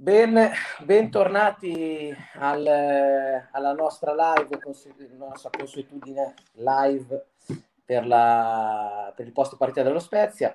Bentornati alla nostra live, la nostra consuetudine live per il post partita dello Spezia.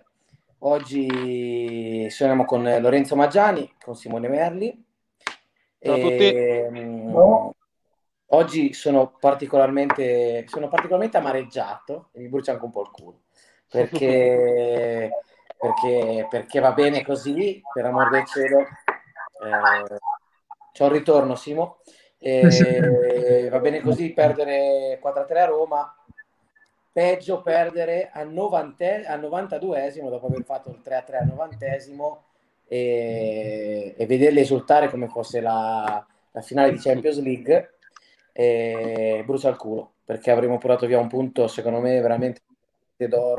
Oggi siamo con Lorenzo Maggiani, con Simone Merli. Ciao a tutti. Oggi sono particolarmente amareggiato e mi brucia anche un po' il culo perché va bene così, per amor del cielo. C'è un ritorno, Simo. Va bene così perdere 4-3 a Roma, peggio perdere al 92esimo dopo aver fatto il 3-3 al 90esimo e vederli esultare come fosse la finale di Champions League. Brucia il culo perché avremmo portato via un punto, secondo me, veramente d'oro.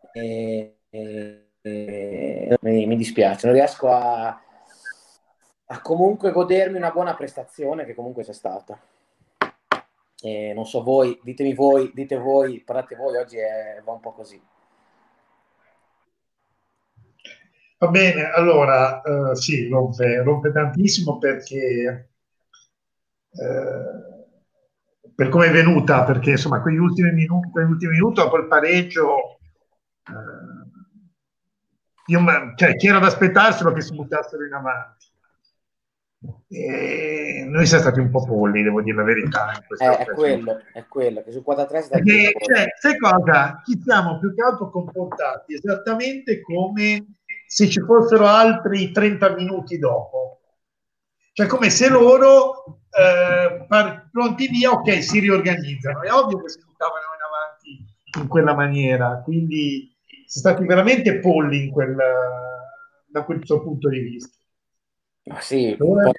Mi dispiace, non riesco a comunque godermi una buona prestazione che comunque c'è stata. Non so voi, dite voi, parlate voi, oggi va un po' così. Va bene, allora sì, rompe tantissimo perché per come è venuta, perché insomma quegli ultimi minuti dopo il pareggio chi era da aspettarselo che si buttassero in avanti. E noi siamo stati un po' polli, devo dire la verità. In questa è quello che su 4-3 sai cosa? Ci siamo più che altro comportati esattamente come se ci fossero altri 30 minuti dopo, cioè come se loro pronti via, ok, si riorganizzano. È ovvio che si buttavano in avanti in quella maniera, quindi sono stati veramente polli da questo punto di vista. Ma sì,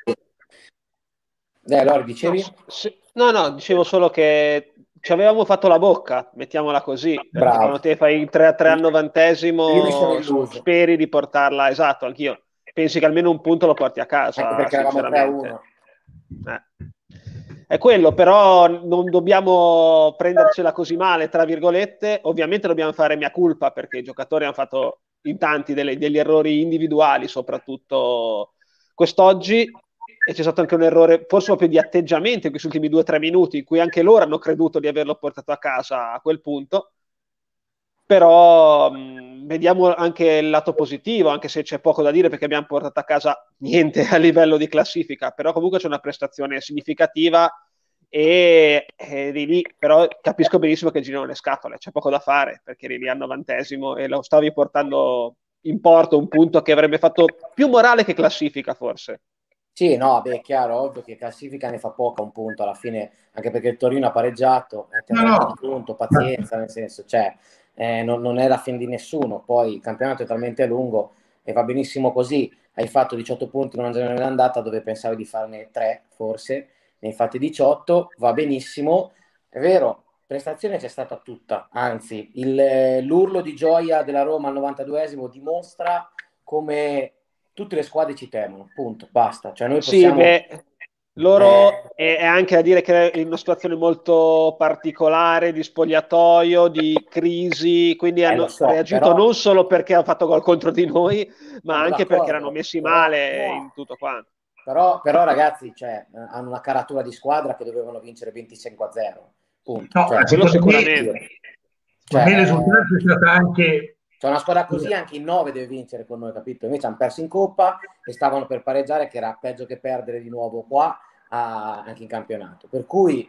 allora dicevi? No, dicevo solo che ci avevamo fatto la bocca, mettiamola così, perché Bravo. quando te fai il 3-3 al 90esimo Io mi sono illuso. speri di portarla, esatto, anch'io. Pensi che almeno un punto lo porti a casa, anche perché eravamo sinceramente. È quello, però non dobbiamo prendercela così male, tra virgolette. Ovviamente dobbiamo fare mea culpa, perché i giocatori hanno fatto in tanti degli errori individuali, soprattutto quest'oggi, e c'è stato anche un errore, forse proprio di atteggiamento in questi ultimi 2 o 3 minuti, in cui anche loro hanno creduto di averlo portato a casa a quel punto. Però vediamo anche il lato positivo, anche se c'è poco da dire perché abbiamo portato a casa niente a livello di classifica, però comunque c'è una prestazione significativa e eri lì, però capisco benissimo che girano le scatole, c'è poco da fare perché eri lì al 90esimo e lo stavi portando in porto un punto che avrebbe fatto più morale che classifica forse. Sì, no, beh, è chiaro, ovvio che classifica ne fa poca un punto alla fine, anche perché il Torino ha pareggiato, ti ha dato un punto, pazienza, nel senso, non è la fine di nessuno, poi il campionato è talmente lungo e va benissimo così, hai fatto 18 punti in una girone d'andata dove pensavi di farne 3 forse, ne hai fatti 18, va benissimo, è vero, prestazione c'è stata tutta, anzi l'urlo di gioia della Roma al 92esimo dimostra come tutte le squadre ci temono, punto, basta. Cioè noi possiamo... Sì, loro è anche da dire che è in una situazione molto particolare di spogliatoio, di crisi, quindi hanno reagito non solo perché hanno fatto gol contro di noi, ma anche perché erano messi male in tutto quanto. Però ragazzi, hanno una caratura di squadra che dovevano vincere 25-0, punto. No, quello sicuramente. Secondo me l'esultanza è stata anche... C'è una squadra così, anche in 9 deve vincere con noi, capito? Invece hanno perso in Coppa e stavano per pareggiare, che era peggio che perdere di nuovo qua, anche in campionato. Per cui...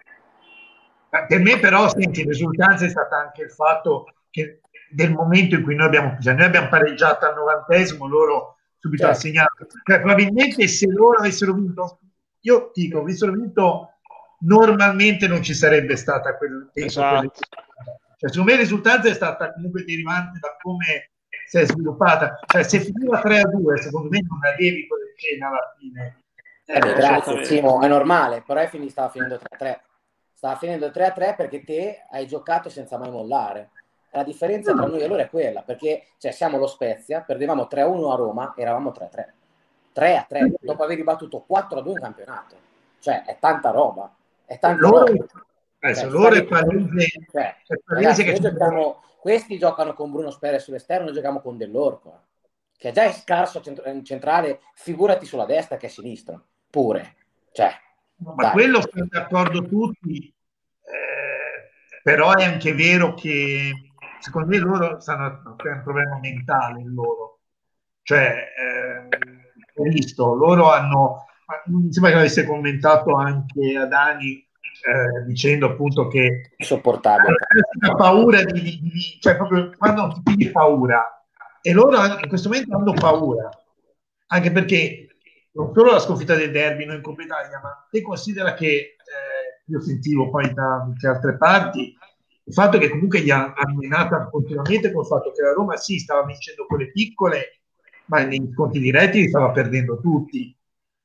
Per me però, senti, l'esultanza è stata anche il fatto che del momento in cui noi abbiamo pareggiato al 90esimo, loro subito hanno segnato. Cioè, probabilmente se loro avessero vinto, io dico, avessero vinto, normalmente non ci sarebbe stata quel tempo. Esatto. Cioè, secondo me l'esultanza è stata comunque derivante da come si è sviluppata. Cioè, se finiva 3-2, secondo me non avevi quella scena alla fine. Grazie, Simo, è normale, però stava finendo 3-3. Stava finendo 3-3 perché te hai giocato senza mai mollare. La differenza tra noi e loro è quella, perché siamo lo Spezia, perdevamo 3-1 a Roma, eravamo 3-3. 3-3, dopo aver ribattuto 4-2 in campionato. Cioè, è tanta roba. È tanta roba. Loro è palese, ragazzi, questi giocano con Bruno Spera sull'esterno, noi giochiamo con Dell'Orco. che già è scarso in centrale, figurati sulla destra che è sinistra, pure. Cioè, ma dai. quello sono d'accordo tutti, però è anche vero che secondo me loro stanno per un problema mentale loro. Cioè, ho visto, loro hanno, mi sembra che avesse commentato anche Adani dicendo appunto che Insopportabile. hanno paura cioè proprio quando ti pigli paura, e loro in questo momento hanno paura, anche perché non solo la sconfitta del derby noi in Coppa Italia, ma te considera che io sentivo poi da anche altre parti il fatto che comunque gli hanno allenata continuamente col fatto che la Roma sì stava vincendo quelle piccole, ma nei sconti diretti li stava perdendo tutti.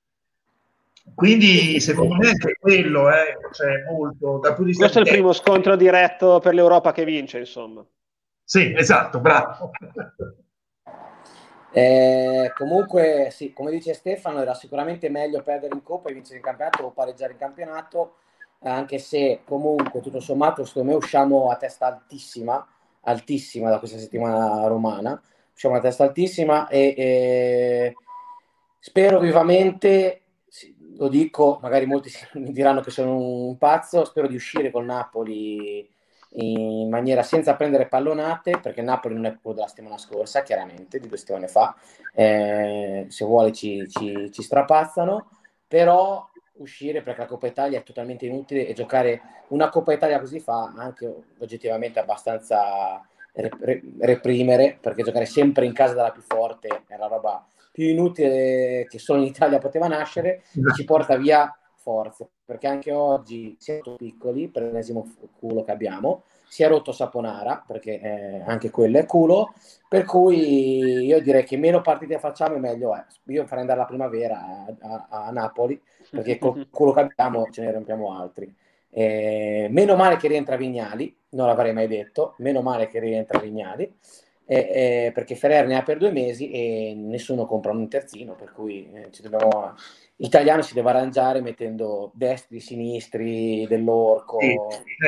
Quindi secondo me anche quello cioè molto dal punto di vista questo è il primo scontro diretto per l'Europa che vince, insomma. Sì, esatto, bravo. Comunque, sì, come dice Stefano, era sicuramente meglio perdere in Coppa e vincere il campionato o pareggiare il campionato, anche se comunque tutto sommato secondo me usciamo a testa altissima, altissima da questa settimana romana, usciamo a testa altissima e spero vivamente, lo dico, magari molti mi diranno che sono un pazzo, spero di uscire col Napoli in maniera senza prendere pallonate, perché Napoli non è quello della settimana scorsa, chiaramente, di 2 settimane fa, se vuole ci strapazzano, però uscire perché la Coppa Italia è totalmente inutile e giocare una Coppa Italia così fa anche oggettivamente abbastanza reprimere, perché giocare sempre in casa della più forte è la roba più inutile che solo in Italia poteva nascere e ci porta via forze, perché anche oggi siamo piccoli per l'ennesimo culo che abbiamo, si è rotto Saponara perché anche quello è culo, per cui io direi che meno partite facciamo e meglio è. Io farei andare la primavera a Napoli perché col culo che abbiamo ce ne rompiamo altri. Meno male che rientra Vignali, non l'avrei mai detto, meno male che rientra Vignali, perché Ferrer ne ha per 2 mesi e nessuno compra un terzino, per cui l'italiano si deve arrangiare mettendo destri, sinistri, dell'orco. Sì,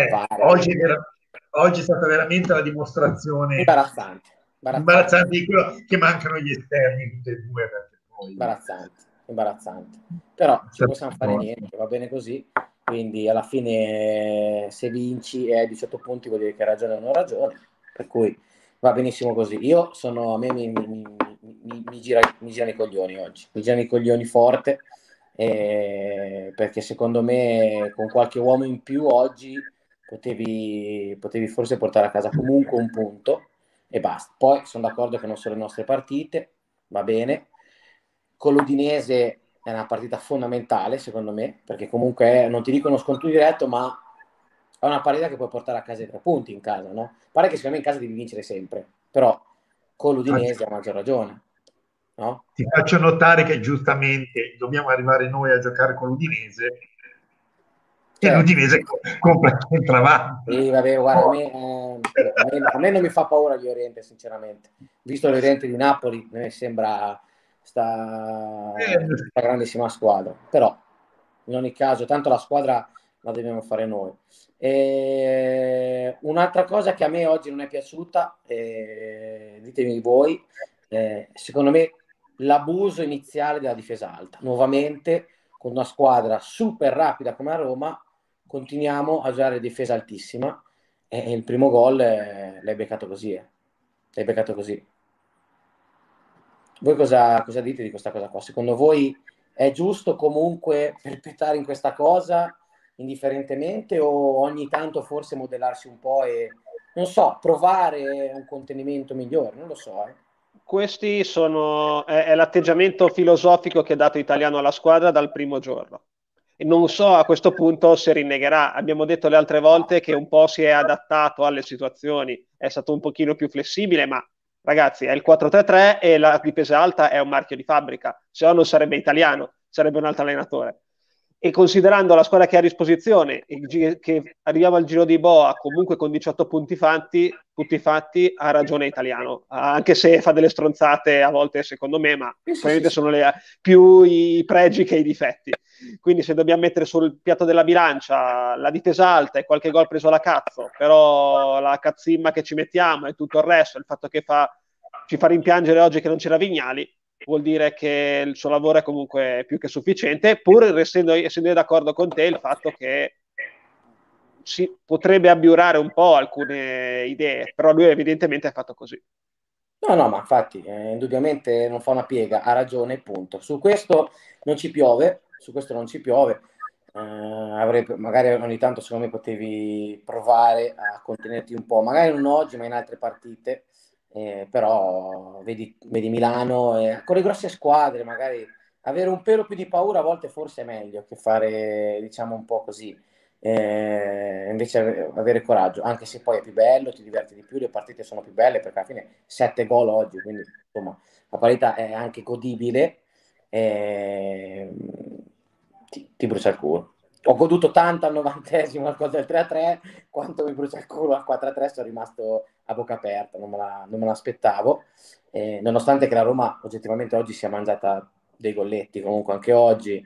oggi è stata veramente la dimostrazione imbarazzante di quello che mancano gli esterni tutti e due, perché poi imbarazzante, però ci possiamo fare niente, va bene così, quindi alla fine se vinci e hai 18 punti vuol dire che hai ragione o non ragione, per cui va benissimo così. A me mi girano i coglioni oggi, mi girano i coglioni forte, perché secondo me con qualche uomo in più oggi potevi forse portare a casa comunque un punto e basta. Poi sono d'accordo che non sono le nostre partite, va bene. Con l'Udinese è una partita fondamentale secondo me, perché comunque non ti dico uno scontro diretto, ma è una partita che puoi portare a casa i 3 punti in casa, no? Pare che secondo me in casa devi vincere sempre, però con l'Udinese ha maggior ragione, no? Ti faccio notare che giustamente dobbiamo arrivare noi a giocare con l'Udinese e l'Udinese compra il centravanti. Sì, vabbè, guarda, a me non mi fa paura gli Oriente, sinceramente. Visto l'Oriente di Napoli, mi sembra sta grandissima squadra, però in ogni caso, tanto la squadra la dobbiamo fare noi. Un'altra cosa che a me oggi non è piaciuta, ditemi voi, secondo me l'abuso iniziale della difesa alta. Nuovamente, con una squadra super rapida come a Roma, continuiamo a giocare difesa altissima e il primo gol l'hai beccato così. L'hai beccato così. Voi cosa dite di questa cosa qua? Secondo voi è giusto comunque perpetrare in questa cosa indifferentemente o ogni tanto forse modellarsi un po' e, non so, provare un contenimento migliore? Non lo so. Questi è l'atteggiamento filosofico che ha dato Italiano alla squadra dal primo giorno. E non so a questo punto se rinnegherà. Abbiamo detto le altre volte che un po' si è adattato alle situazioni, è stato un pochino più flessibile, ma ragazzi è il 4-3-3 e la difesa alta è un marchio di fabbrica, se no non sarebbe Italiano, sarebbe un altro allenatore. E considerando la squadra che ha a disposizione, che arriviamo al Giro di Boa comunque con 18 punti fatti, ha ragione Italiano, anche se fa delle stronzate a volte secondo me, ma probabilmente sono più i pregi che i difetti. Quindi se dobbiamo mettere sul piatto della bilancia la difesa alta e qualche gol preso alla cazzo, però la cazzimma che ci mettiamo e tutto il resto, il fatto che fa ci fa rimpiangere oggi che non c'era Vignali, vuol dire che il suo lavoro è comunque più che sufficiente, pur essendo io d'accordo con te il fatto che si potrebbe abiurare un po' alcune idee, però lui evidentemente ha fatto così. No, ma infatti, indubbiamente non fa una piega, ha ragione, punto. Su questo non ci piove, su questo non ci piove. Magari ogni tanto secondo me potevi provare a contenerti un po', magari non oggi, ma in altre partite. Però vedi Milano con le grosse squadre, magari avere un pelo più di paura a volte forse è meglio che fare, diciamo, un po' così. Invece avere coraggio, anche se poi è più bello, ti diverti di più, le partite sono più belle perché alla fine 7 gol oggi, quindi insomma la parità è anche godibile. eh, ti brucia il culo. Ho goduto tanto al 90esimo al gol del 3-3, quanto mi brucia il culo al 4-3, sono rimasto a bocca aperta, non me l'aspettavo, nonostante che la Roma oggettivamente oggi sia mangiata dei golletti, comunque anche oggi,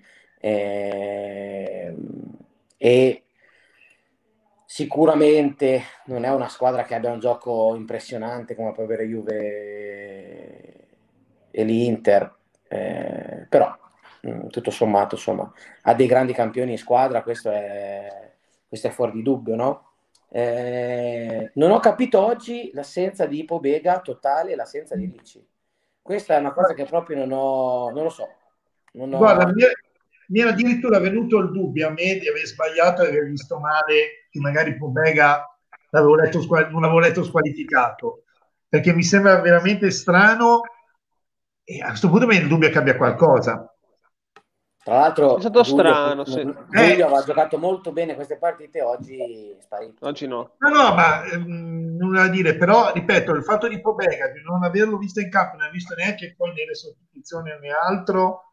e sicuramente non è una squadra che abbia un gioco impressionante come può avere Juve e l'Inter, però tutto sommato insomma ha dei grandi campioni in squadra, questo è fuori di dubbio, no? Non ho capito oggi l'assenza di Pobega totale e l'assenza di Ricci. Questa è una cosa che proprio non lo so. Guarda, mi era addirittura venuto il dubbio a me di aver sbagliato e aver visto male che magari Pobega non l'avevo letto squalificato, perché mi sembra veramente strano e a questo punto mi viene il dubbio che abbia qualcosa. Tra È l'altro stato strano, sì. Giulio aveva giocato molto bene queste partite, oggi è sparito. Oggi no. No, ma nulla da dire, però ripeto, il fatto di Pobega, di non averlo visto in campo, non ha visto neanche poi nelle sostituzioni né altro,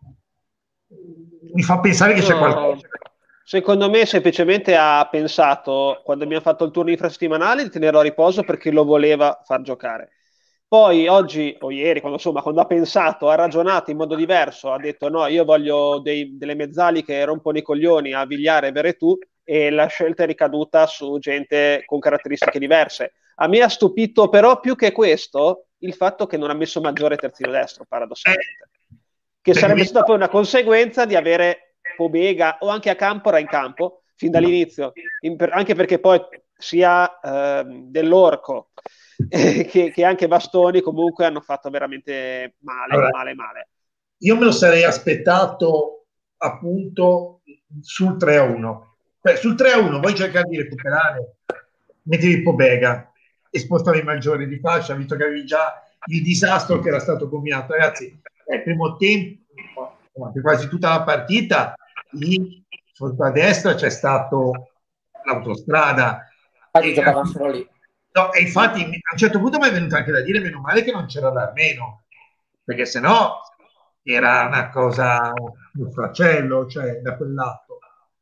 mi fa pensare che c'è No, qualcosa. secondo me semplicemente ha pensato, quando abbiamo fatto il turno infrasettimanale, di tenerlo a riposo perché lo voleva far giocare. Poi oggi o ieri, quando ha pensato, ha ragionato in modo diverso, ha detto no, io voglio delle mezzali che rompono i coglioni a Vigliare e Veretù, e la scelta è ricaduta su gente con caratteristiche diverse. A me ha stupito però più che questo il fatto che non ha messo Maggiore terzino destro, paradossalmente. Che sarebbe stata poi una conseguenza di avere Pobega o anche a Campora in campo fin dall'inizio, anche perché poi sia Dell'Orco che anche Bastoni comunque hanno fatto veramente male, Allora, male. io me lo sarei aspettato appunto sul 3-1. Sul 3-1 vuoi cercare di recuperare, mettevi Pobega e spostavi Maggiore di fascia, visto che avevi già il disastro che era stato combinato. Ragazzi, nel primo tempo, quasi tutta la partita, lì sotto a destra c'è stato l'autostrada. Infatti giocavano solo lì. No, e infatti a un certo punto mi è venuto anche da dire meno male che non c'era l'Armeno, perché sennò era una cosa, un flacello, cioè, da quel lato.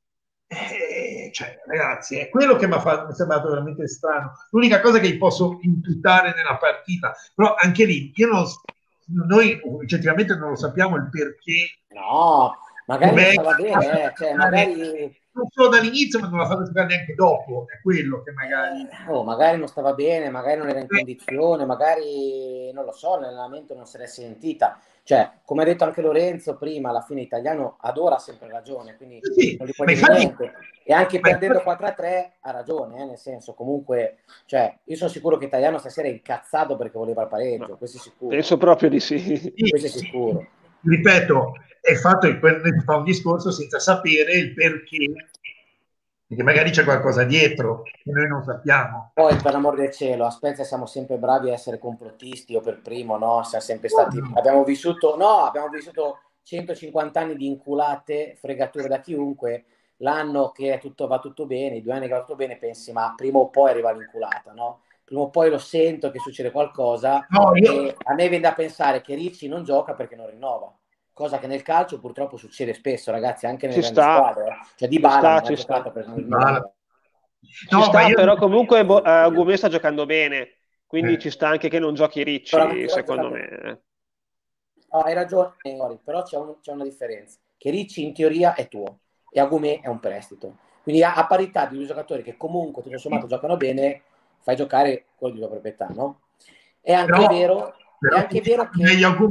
Cioè, ragazzi, è quello che mi è sembrato veramente strano. L'unica cosa che gli posso imputare nella partita, però anche lì, noi oggettivamente non lo sappiamo il perché. No, magari non stava bene, cioè magari non solo dall'inizio, ma non l'ha fatto giocare neanche dopo. È quello che magari. magari non stava bene, magari non era in condizione, magari non lo so, nell'allenamento non se l'è sentita. Cioè, come ha detto anche Lorenzo prima, alla fine Italiano adora sempre ragione, quindi Sì, non gli puoi ma dire infatti, niente. E anche ma perdendo infatti, 4-3 ha ragione, nel senso, comunque, cioè, io sono sicuro che Italiano stasera è incazzato perché voleva il pareggio, No, questo è sicuro. penso proprio di sì. Questo è sicuro. ripeto, è fatto che fa un discorso senza sapere il perché magari c'è qualcosa dietro che noi non sappiamo. Poi, per l'amor del cielo, a Spezia siamo sempre bravi a essere complottisti, io per primo, no? Siamo sempre stati, abbiamo vissuto 150 anni di inculate, fregature da chiunque, l'anno che va tutto bene, i 2 anni che va tutto bene, pensi, ma prima o poi arriva l'inculata, no? Prima o poi lo sento che succede qualcosa, No, e a me viene da pensare che Ricci non gioca perché non rinnova, cosa che nel calcio purtroppo succede spesso, ragazzi, anche nelle Ci grandi sta, squadre. Cioè Dybala non ha ci sta. giocato perché non rinnovava. Ci No, ma sta, io. però comunque Goumet sta giocando bene, quindi eh, ci sta anche che non giochi Però Ricci, ancora ha secondo giocato. me. No, hai ragione, però c'è una differenza. Che Ricci in teoria è tuo e Agumè è un prestito. Quindi a parità di due giocatori che comunque tutto sommato giocano bene, fai giocare quello di tua proprietà, no? È anche vero, è anche vero che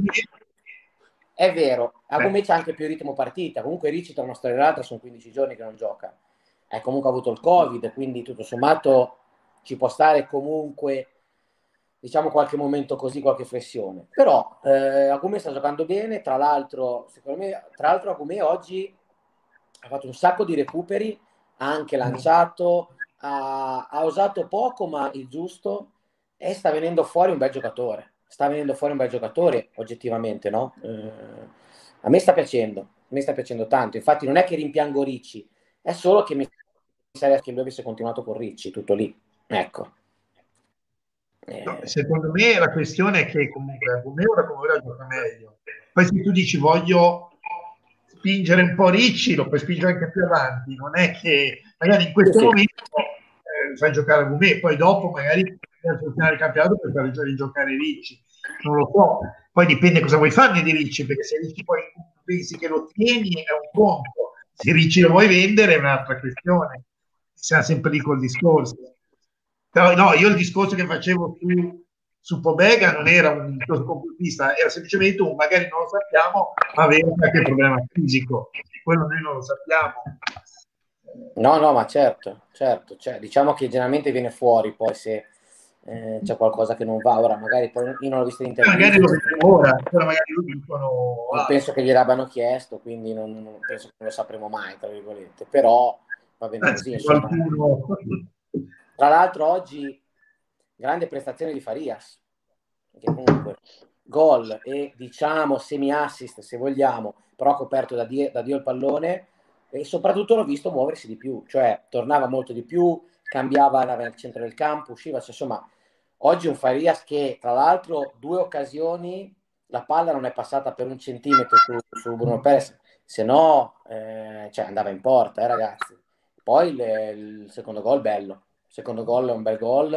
è vero, Agumè c'ha anche più ritmo partita. Comunque Ricci tra una storia e l'altra sono 15 giorni che non gioca. Comunque ha avuto il Covid, quindi tutto sommato ci può stare comunque, diciamo, qualche momento così, qualche flessione. Però Agumè sta giocando bene, tra l'altro, secondo me, Agumè oggi ha fatto un sacco di recuperi, ha anche lanciato, ha usato poco ma il giusto, e sta venendo fuori un bel giocatore. Sta venendo fuori un bel giocatore, oggettivamente, no? A me sta piacendo tanto. Infatti non è che rimpiango Ricci, è solo che mi sarebbe che lui avesse continuato con Ricci, tutto lì. Ecco. No, secondo me la questione è che comunque Agumè ora come ora gioca meglio. Poi se tu dici voglio spingere un po' Ricci, lo puoi spingere anche più avanti. Non è che magari in questo momento fai giocare Agumè, poi dopo magari sul finale del campionato puoi far giocare Ricci. Non lo so. Poi dipende cosa vuoi farne di Ricci, perché se Ricci poi pensi che lo tieni è un conto. Se Ricci lo vuoi vendere è un'altra questione. Siamo sempre lì col discorso. Però no, io il discorso che facevo su Pobega non era un discorso completista, era semplicemente un magari non lo sappiamo, ma aveva qualche problema fisico. Quello noi non lo sappiamo. No, ma certo. Cioè, diciamo che generalmente viene fuori poi se c'è qualcosa che non va. Ora magari poi io non l'ho visto in intervista. Magari lo vedo ora, però magari lo dicono. Non penso che gliel'abbiano chiesto, quindi non penso che lo sapremo mai, tra virgolette. Però va bene così. Tra l'altro oggi grande prestazione di Farias, che comunque gol e diciamo semi-assist se vogliamo, però coperto da Dio il pallone, e soprattutto l'ho visto muoversi di più, cioè tornava molto di più, cambiava, andava nel centro del campo, usciva, cioè, insomma oggi un Farias che tra l'altro 2 occasioni la palla non è passata per un centimetro su Bruno Perez, se no cioè andava in porta, ragazzi. Poi il secondo gol bello, il secondo gol è un bel gol.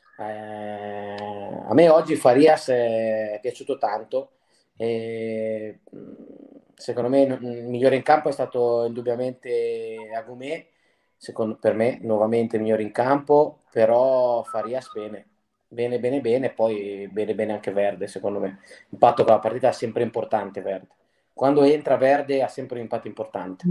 A me oggi Farias è piaciuto tanto. Secondo me il migliore in campo è stato indubbiamente Agumè, per me nuovamente il migliore in campo, però Farias bene, poi bene anche Verde, secondo me. L'impatto con la partita è sempre importante Verde. Quando entra Verde ha sempre un impatto importante.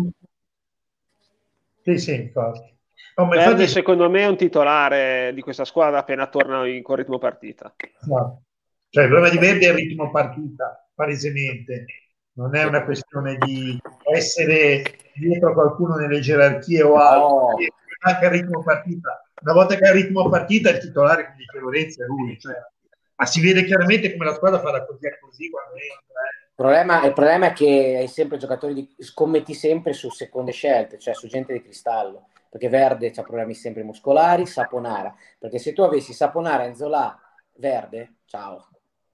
Sì, infatti. Verde secondo me è un titolare di questa squadra appena torna con ritmo partita. No. Cioè il problema di Verde è il ritmo partita, palesemente. Non è una questione di essere dietro a qualcuno nelle gerarchie o altro, anche il ritmo partita. Una volta che ha il ritmo partita il titolare, come dice Lorenzo, è lui. Cioè, ma si vede chiaramente come la squadra fa da così a così quando entra. Il problema è che hai sempre giocatori scommetti sempre su seconde scelte, cioè su gente di cristallo, perché Verde ha problemi sempre muscolari, Saponara, perché se tu avessi Saponara, Enzola, Verde, ciao,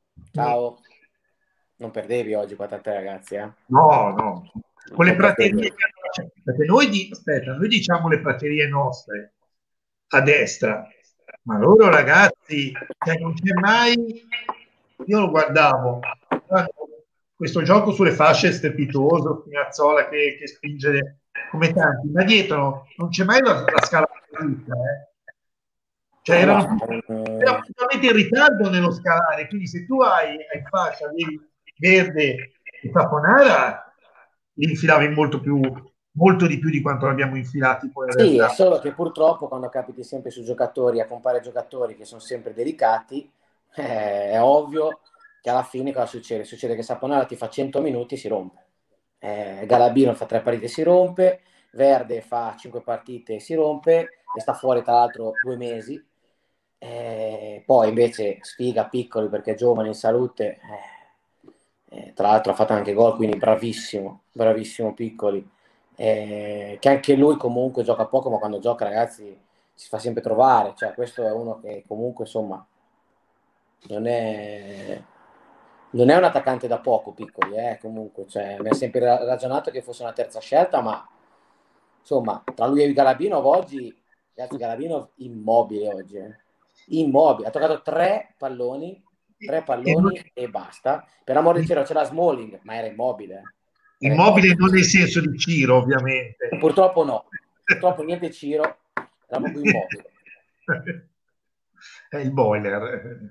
non perdevi oggi 4-3 ragazzi, No, con le praterie perché noi diciamo le praterie nostre a destra, ma loro ragazzi, non c'è mai, io lo guardavo, questo gioco sulle fasce è strepitoso, Spinazzola che spinge come tanti, ma dietro non c'è mai la scala tutta, cioè erano totalmente in ritardo nello scalare, quindi se tu hai fascia di Verde e Saponara li infilavi molto di più di quanto l'abbiamo infilati poi. Sì, è solo che purtroppo quando capiti sempre su giocatori, a comprare giocatori che sono sempre delicati, è ovvio che alla fine cosa succede? Succede che Saponara ti fa 100 minuti e si rompe. Galabino fa 3 partite e si rompe, Verde fa 5 partite e si rompe e sta fuori tra l'altro 2 mesi. Poi invece sfiga Piccoli perché è giovane in salute, tra l'altro ha fatto anche gol, quindi bravissimo Piccoli, che anche lui comunque gioca poco, ma quando gioca ragazzi si fa sempre trovare, cioè questo è uno che comunque insomma non è un attaccante da poco Piccoli, comunque, cioè, mi ha sempre ragionato che fosse una terza scelta, ma insomma tra lui e il Galabino oggi, ragazzi, Galabino immobile oggi, immobile, ha toccato 3 palloni e basta. Per amor di cielo c'era Smalling, ma era immobile. Immobile non nel senso di Ciro, ovviamente. Purtroppo no. Purtroppo niente Ciro, era proprio immobile. È il boiler.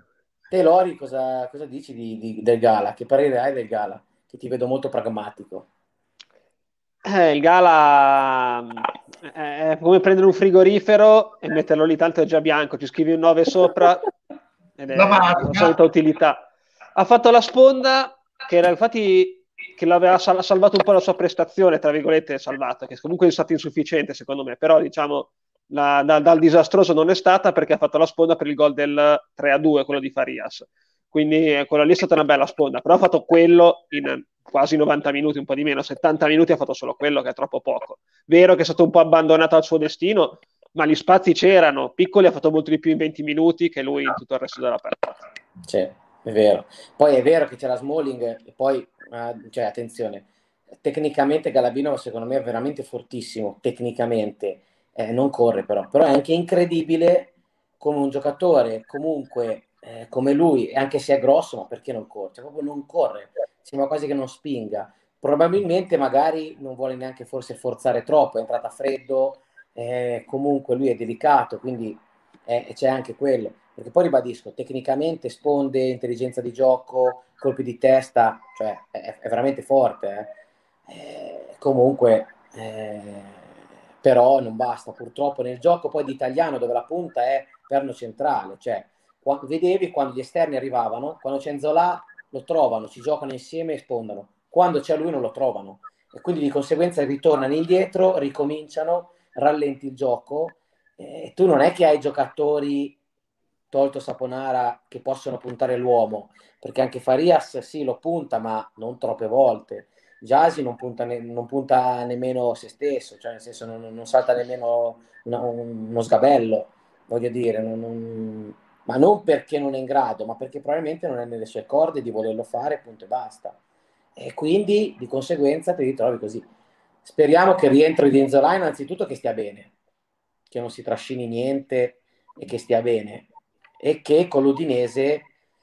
Te, Lori, cosa dici del Gala? Che parere hai del Gala? Che ti vedo molto pragmatico. Il Gala è come prendere un frigorifero e metterlo lì, tanto è già bianco, ci scrivi un 9 sopra ed La è la marca, solita utilità. Ha fatto la sponda che era infatti che l'aveva salvato un po' la sua prestazione, tra virgolette, salvata, che comunque è stata insufficiente secondo me, però diciamo dal disastroso non è stata perché ha fatto la sponda per il gol del 3-2, quello di Farias. Quindi quella lì è stata una bella sponda, però ha fatto quello in quasi 90 minuti, un po' di meno, 70 minuti ha fatto solo quello, che è troppo poco. Vero che è stato un po' abbandonato al suo destino, ma gli spazi c'erano. Piccoli ha fatto molto di più in 20 minuti che lui in tutto il resto della partita. Sì, è vero. Poi è vero che c'era Smalling e poi, cioè, attenzione, tecnicamente Galabino secondo me è veramente fortissimo, tecnicamente, non corre però è anche incredibile come un giocatore comunque come lui, anche se è grosso, ma perché non corre? Cioè, proprio non corre, sembra quasi che non spinga. Probabilmente magari non vuole neanche forse forzare troppo, è entrata a freddo, comunque lui è delicato, quindi c'è anche quello. Perché poi ribadisco, tecnicamente sponde, intelligenza di gioco, colpi di testa, cioè è veramente forte. Comunque, però non basta. Purtroppo nel gioco poi di italiano, dove la punta è perno centrale, cioè vedevi quando gli esterni arrivavano, quando c'è Nzola lo trovano, ci giocano insieme e spondono. Quando c'è lui non lo trovano. E quindi di conseguenza ritornano indietro, ricominciano, rallenti il gioco. Tu non è che hai giocatori, tolto Saponara, che possono puntare l'uomo, perché anche Farias sì lo punta, ma non troppe volte. Jasi non punta nemmeno se stesso, cioè nel senso non salta nemmeno uno sgabello, voglio dire, ma non perché non è in grado, ma perché probabilmente non è nelle sue corde di volerlo fare, punto e basta. E quindi di conseguenza ti ritrovi così. Speriamo che il rientro di Enzola innanzitutto che stia bene, che non si trascini niente e che stia bene e che con l'Udinese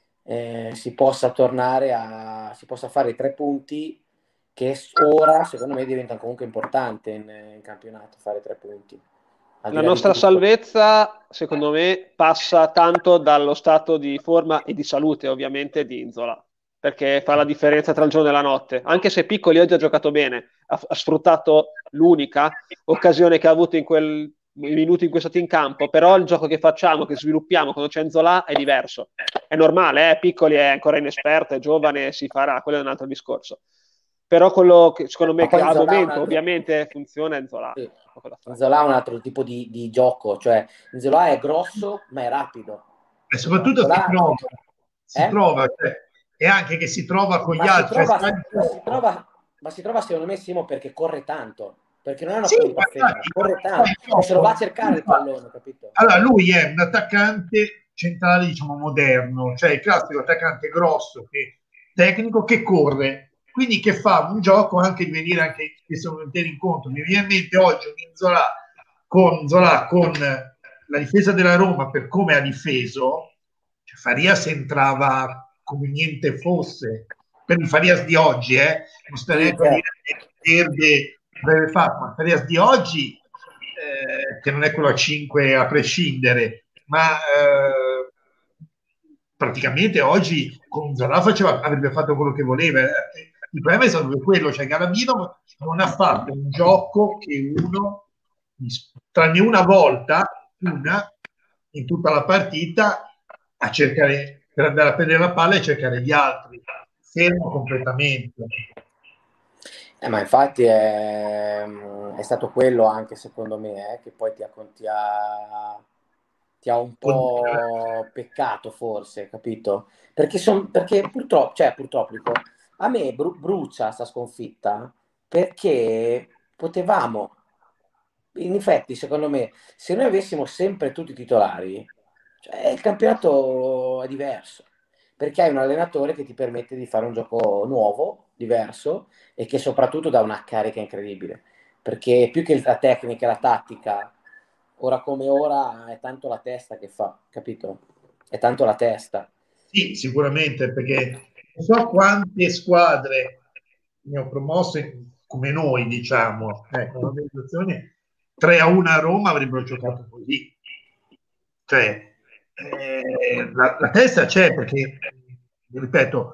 si possa tornare si possa fare i 3 punti che ora secondo me diventa comunque importante in campionato fare 3 punti al di La là di nostra tutto. salvezza, secondo me, passa tanto dallo stato di forma e di salute, ovviamente, di Inzola, perché fa la differenza tra il giorno e la notte. Anche se Piccoli oggi ha giocato bene, ha sfruttato l'unica occasione che ha avuto in quel minuto in cui è stato in campo, però il gioco che facciamo, che sviluppiamo quando c'è Inzola è diverso. È normale, Piccoli è ancora inesperto, è giovane, si farà, quello è un altro discorso. Però quello che secondo Ma me che poi al Nzola ha un momento altro, ovviamente funziona è Inzola, sì, poco da fare. Nzola ha un altro tipo di gioco, cioè Nzola è grosso ma è rapido. e Cioè, soprattutto Nzola, si trova, cioè, e anche che si trova con gli Ma si altri. Cioè, trova, ma si trova, ma si trova secondo me Simo perché corre tanto, perché non è una sì, punta ma ferma, infatti, corre poi tanto e se lo va a dopo, cercare il pallone, capito? allora lui è un attaccante centrale, diciamo, moderno, cioè il classico attaccante grosso, tecnico, che corre, quindi che fa un gioco anche di venire anche spesso volentieri incontro. Mi viene in mente oggi un Zola con la difesa della Roma per come ha difeso, cioè Farias entrava come niente fosse. Per il Farias di oggi, non sta Sì, neanche a dire certo. che Verde avrebbe fatto, ma il Farias di oggi, che non è quello a 5 a prescindere, ma praticamente oggi con Zola avrebbe fatto quello che voleva. Il problema è stato quello, cioè Galavino non ha fatto un gioco che uno, tranne una volta, una in tutta la partita, a cercare per andare a prendere la palla e cercare gli altri, fermo completamente. Ma infatti è stato quello anche secondo me, che poi ti ha un po' peccato forse, capito? Perché purtroppo, cioè purtroppo dico, a me brucia sta sconfitta perché potevamo, in effetti secondo me, se noi avessimo sempre tutti i titolari, cioè, il campionato è diverso, perché hai un allenatore che ti permette di fare un gioco nuovo, diverso, e che soprattutto dà una carica incredibile, perché più che la tecnica e la tattica, ora come ora è tanto la testa che fa, capito? È tanto la testa. Sì, sicuramente, perché non so quante squadre ne ho promosse come noi, diciamo, ecco, l'organizzazione 3-1 a Roma avrebbero giocato così. Cioè, la testa c'è perché, ripeto,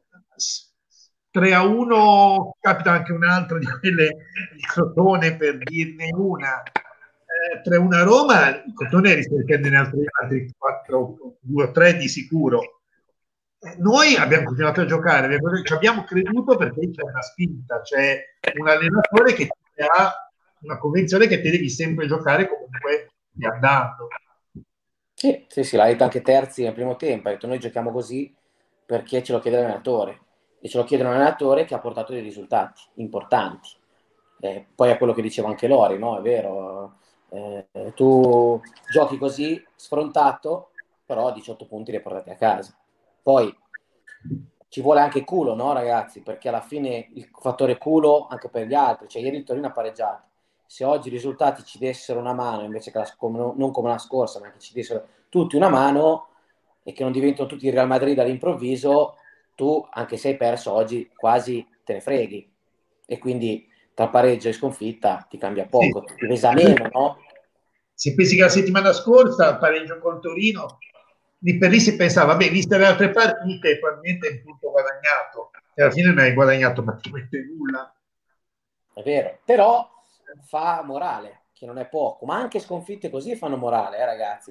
3-1 capita anche un'altra di quelle di Crotone, per dirne una. 3-1 a Roma, il Crotone rischia di prendere altri 4, 2 o 3 di sicuro. Noi abbiamo continuato a giocare, ci abbiamo creduto perché c'è una spinta, c'è un allenatore che ha una convinzione che te devi sempre giocare comunque andando. Sì, l'ha detto anche Terzi nel primo tempo, ha detto noi giochiamo così perché ce lo chiede l'allenatore, e ce lo chiede un allenatore che ha portato dei risultati importanti. Poi è quello che diceva anche Lori, no? È vero, tu giochi così sfrontato, però 18 punti li hai portati a casa. Poi ci vuole anche culo, no ragazzi? Perché alla fine il fattore culo anche per gli altri, cioè ieri il Torino ha pareggiato. Se oggi i risultati ci dessero una mano, invece che non come la scorsa, ma che ci dessero tutti una mano e che non diventano tutti il Real Madrid all'improvviso, tu, anche se hai perso oggi, quasi te ne freghi. E quindi tra pareggio e sconfitta ti cambia poco, Sì. ti pesa meno, no? Se pensi che la settimana scorsa al pareggio col Torino, lì per lì si pensava, vabbè, viste le altre partite, probabilmente è un punto guadagnato, e alla fine non hai guadagnato praticamente nulla. È vero, però fa morale, che non è poco, ma anche sconfitte così fanno morale, ragazzi,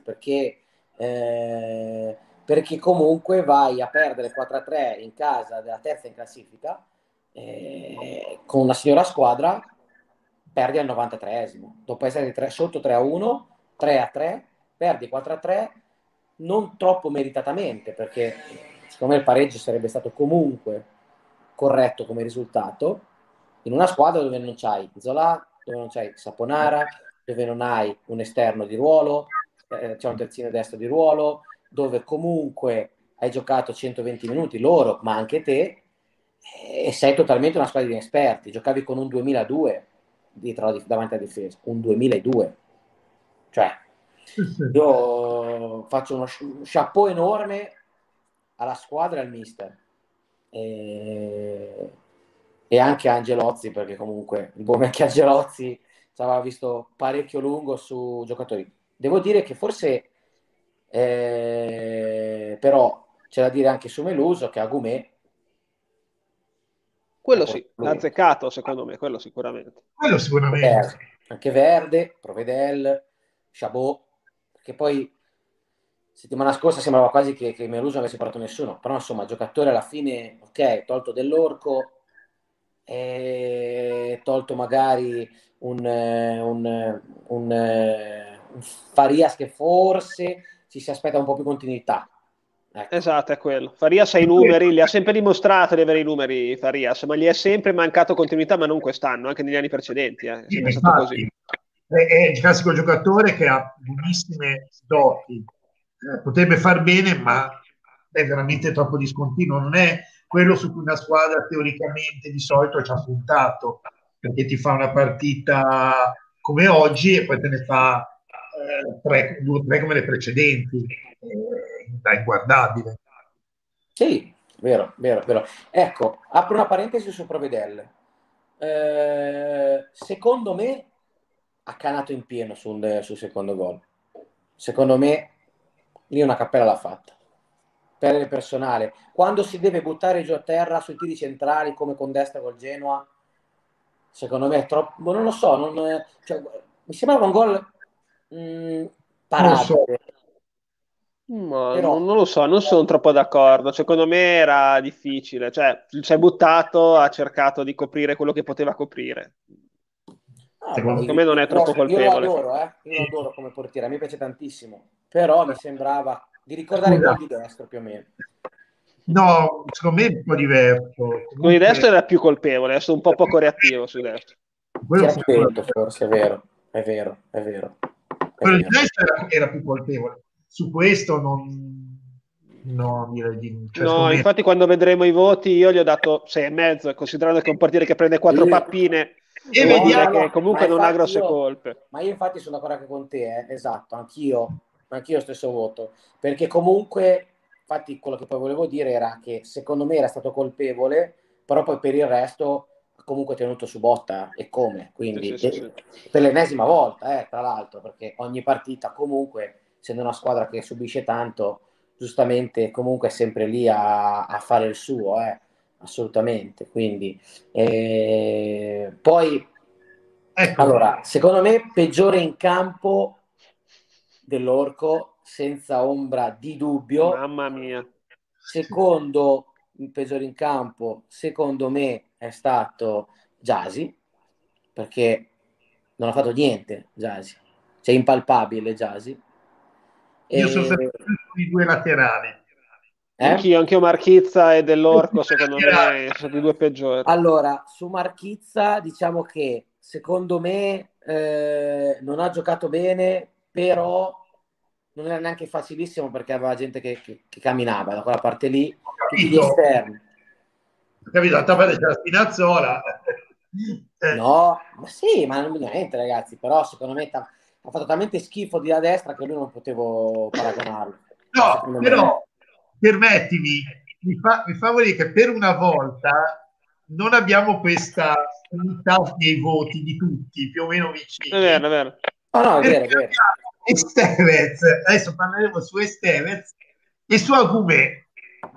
perché comunque vai a perdere 4-3 in casa della terza in classifica, con una signora squadra, perdi al 93esimo, dopo essere sotto 3-1, 3-3, perdi 4-3, non troppo meritatamente, perché secondo me il pareggio sarebbe stato comunque corretto come risultato, in una squadra dove non c'hai Zola, dove non c'hai Saponara, dove non hai un esterno di ruolo, c'è un terzino destro di ruolo, dove comunque hai giocato 120 minuti loro, ma anche te, e sei totalmente una squadra di inesperti. Giocavi con un 2002 dietro davanti alla difesa, un 2002. Cioè, io faccio uno chapeau enorme alla squadra e al mister. E anche Angelozzi, perché comunque il buon vecchio Angelozzi ci aveva visto parecchio lungo su giocatori. Devo dire che forse però c'è da dire anche su Meluso che Agumè Quello sì, l'ha azzeccato secondo me, quello sicuramente. Quello sicuramente. Anche Verde, Provedel, Chabot, perché poi settimana scorsa sembrava quasi che Meluso non avesse parlato nessuno, però insomma giocatore alla fine, ok, tolto dell'Orco, tolto magari un Farias che forse ci si aspetta un po' più continuità. Ecco. Esatto, è quello. Farias ha i numeri, li ha sempre dimostrato di avere i numeri Farias, ma gli è sempre mancato continuità, ma non quest'anno, anche negli anni precedenti. È sempre stato così. È il classico giocatore che ha buonissime doti, potrebbe far bene, ma è veramente troppo discontinuo. Non è quello su cui una squadra teoricamente di solito ci ha puntato, perché ti fa una partita come oggi e poi te ne fa 2 o 3 come le precedenti. È inguardabile. Sì, vero, vero, vero. Ecco, apro una parentesi su Provedel. Secondo me ha canato in pieno sul secondo gol. Secondo me lì una cappella l'ha fatta. Per il personale. Quando si deve buttare giù a terra sui tiri centrali come con destra col Genoa, secondo me è troppo... Non lo so, cioè, mi sembrava un gol parabile. Ma Però non lo so, non sono troppo d'accordo. Secondo me era difficile. Cioè, si è buttato, ha cercato di coprire quello che poteva coprire. Secondo me non è troppo io lo colpevole. adoro, io lo adoro come portiere, a me piace tantissimo, però mi sembrava di ricordare il Scusa, gol di destro più o meno. no, secondo me è un po' diverso. Quello di Comunque, destro era più colpevole, è stato un po' poco reattivo su destro. Si quello era più lento sicuramente. forse, è vero, è vero, è vero, è Quello di vero. destra era più colpevole. Su questo non, no, direi di, cioè, No, secondo me, infatti quando vedremo i voti io gli ho dato 6,5, e considerando che è un portiere che prende 4 pappine, e vuol dire vediamo. che Ma comunque non ha infatti grosse colpe. io infatti sono d'accordo anche con te, esatto, anch'io stesso voto, perché comunque, infatti quello che poi volevo dire era che secondo me era stato colpevole, però poi per il resto ha comunque tenuto su botta e come, Sì, quindi sì, sì, sì. per l'ennesima volta, tra l'altro, perché ogni partita comunque essendo una squadra che subisce tanto, giustamente comunque è sempre lì a fare il suo, assolutamente. Quindi, poi, Ecco, allora, secondo me peggiore in campo dell'Orco, senza ombra di dubbio. Mamma mia. Secondo il peggiore in campo, secondo me, è stato Gyasi, perché non ha fatto niente Gyasi, cioè impalpabile Gyasi. io sono E, stato con i due laterali. Anch'io Marchizza e dell'Orco, secondo me, sono stati i due peggiori. Allora, su Marchizza diciamo che secondo me non ha giocato bene, però non era neanche facilissimo perché aveva gente che camminava da quella parte lì, Ho tutti gli capito, esterni. ho capito, d'altra parte c'è la Spinazzola. No, ma sì, ma non niente ragazzi, però secondo me ha fatto talmente schifo di là a destra che lui non potevo paragonarlo. Cioè, No, secondo me. però permettimi, mi fa vedere che per una volta non abbiamo questa unità nei voti di tutti, più o meno È vero, vicini, è vero. Oh, no, è vero, è perché vero. abbiamo Estevez, adesso parleremo su Estevez e su Agumè.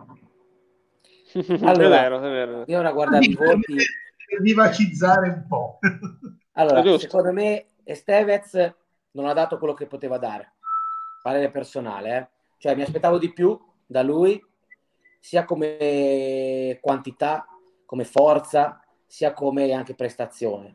È Allora, vero, è vero. io ora guardavo i voti. Per vivacizzare un po'. È Allora, giusto. secondo me Estevez non ha dato quello che poteva dare, parere personale, eh. Cioè mi aspettavo di più da lui, sia come quantità, come forza, sia come anche prestazione.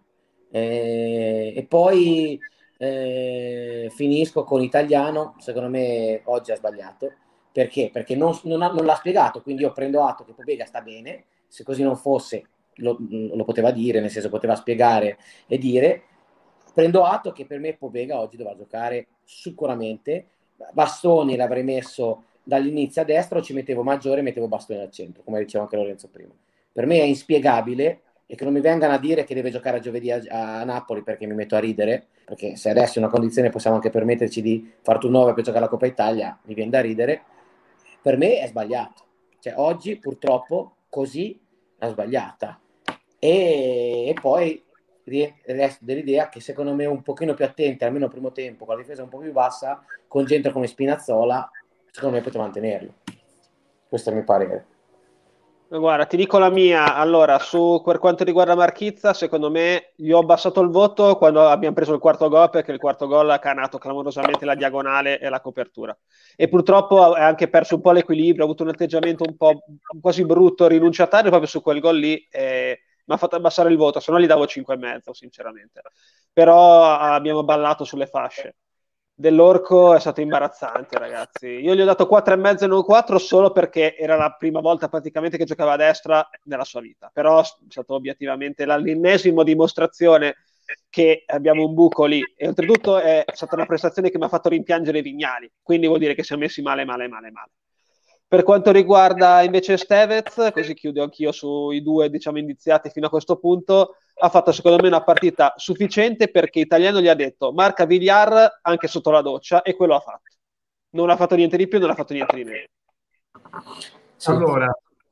E poi finisco con Italiano, secondo me oggi ha sbagliato, perché? Perché non l'ha spiegato, quindi io prendo atto che Pobega sta bene, se così non fosse lo poteva dire, nel senso poteva spiegare e dire, prendo atto che per me Pobega oggi doveva giocare sicuramente, Bastoni l'avrei messo dall'inizio a destra o ci mettevo Maggiore e mettevo Bastoni al centro, come diceva anche Lorenzo prima. Per me è inspiegabile e che non mi vengano a dire che deve giocare a giovedì a Napoli perché mi metto a ridere, perché se adesso in una condizione possiamo anche permetterci di far turnover per giocare la Coppa Italia, mi viene da ridere, per me è sbagliato. Cioè oggi purtroppo così è sbagliata. E poi resto dell'idea che secondo me un pochino più attenti, almeno al primo tempo, con la difesa un po' più bassa, con gente come Spinazzola, secondo me poteva mantenerlo. Questo è il mio parere. Guarda, ti dico la mia. Allora, per quanto riguarda Marchizza, secondo me gli ho abbassato il voto quando abbiamo preso il quarto gol, perché il quarto gol ha canato clamorosamente la diagonale e la copertura. E purtroppo ha anche perso un po' l'equilibrio, ha avuto un atteggiamento un po' quasi brutto, rinunciatario proprio su quel gol lì. Mi ha fatto abbassare il voto, se no gli davo 5,5, sinceramente. Però abbiamo ballato sulle fasce. Dell'Orco è stato imbarazzante, ragazzi. Io gli ho dato 4,5 e non 4 solo perché era la prima volta praticamente che giocava a destra nella sua vita. Però è stato obiettivamente l'ennesima dimostrazione che abbiamo un buco lì. E oltretutto è stata una prestazione che mi ha fatto rimpiangere Vignali. Quindi vuol dire che siamo messi male, male, male, male. Per quanto riguarda invece Stevez, così chiudo anch'io sui due, diciamo, indiziati fino a questo punto, ha fatto secondo me una partita sufficiente perché Italiano gli ha detto marca Villar anche sotto la doccia e quello ha fatto. Non ha fatto niente di più, non ha fatto niente di meno. Sì. Allora,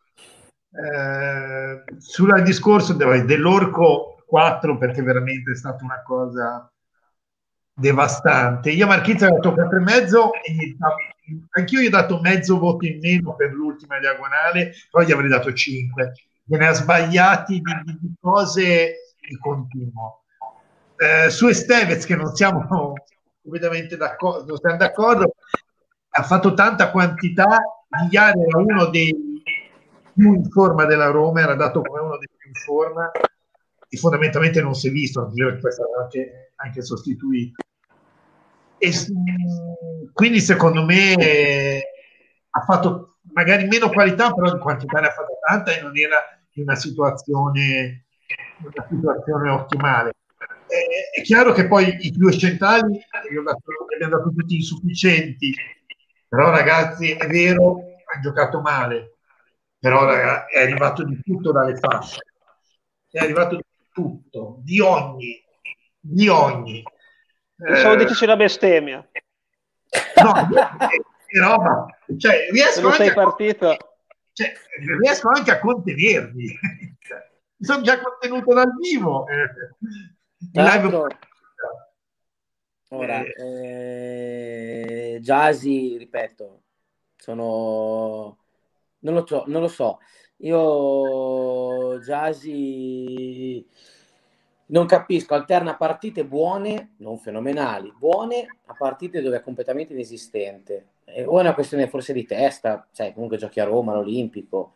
sul discorso dell'Orco 4 perché veramente è stata una cosa devastante. Io a Marchizza ho dato 4,5 e anch'io gli ho dato mezzo voto in meno per l'ultima diagonale, poi gli avrei dato 5. Ne ha sbagliati di cose di continuo. Su Estevez, che non siamo completamente d'accordo, non siamo d'accordo, ha fatto tanta quantità. Villar era uno dei più in forma della Roma, era dato come uno dei più in forma e fondamentalmente non si è visto, poi è stato anche sostituito. E quindi secondo me ha fatto magari meno qualità, però in quantità ne ha fatto tanta e non era in una situazione ottimale. È chiaro che poi i due centrali li abbiamo dato tutti insufficienti, però ragazzi è vero, ha giocato male, però è arrivato di tutto dalle fasce, è arrivato di tutto, di ogni. Pensavo dicessi una bestemmia. No, che roba, cioè, Se non sei partito... riesco anche a contenermi. Mi sono già contenuto dal vivo. Tra l'altro, Ora, Gyasi, ripeto, sono... non lo so. Io Gyasi non capisco, alterna partite buone, non fenomenali, buone a partite dove è completamente inesistente. O è una questione forse di testa, sai, comunque giochi a Roma, all'Olimpico,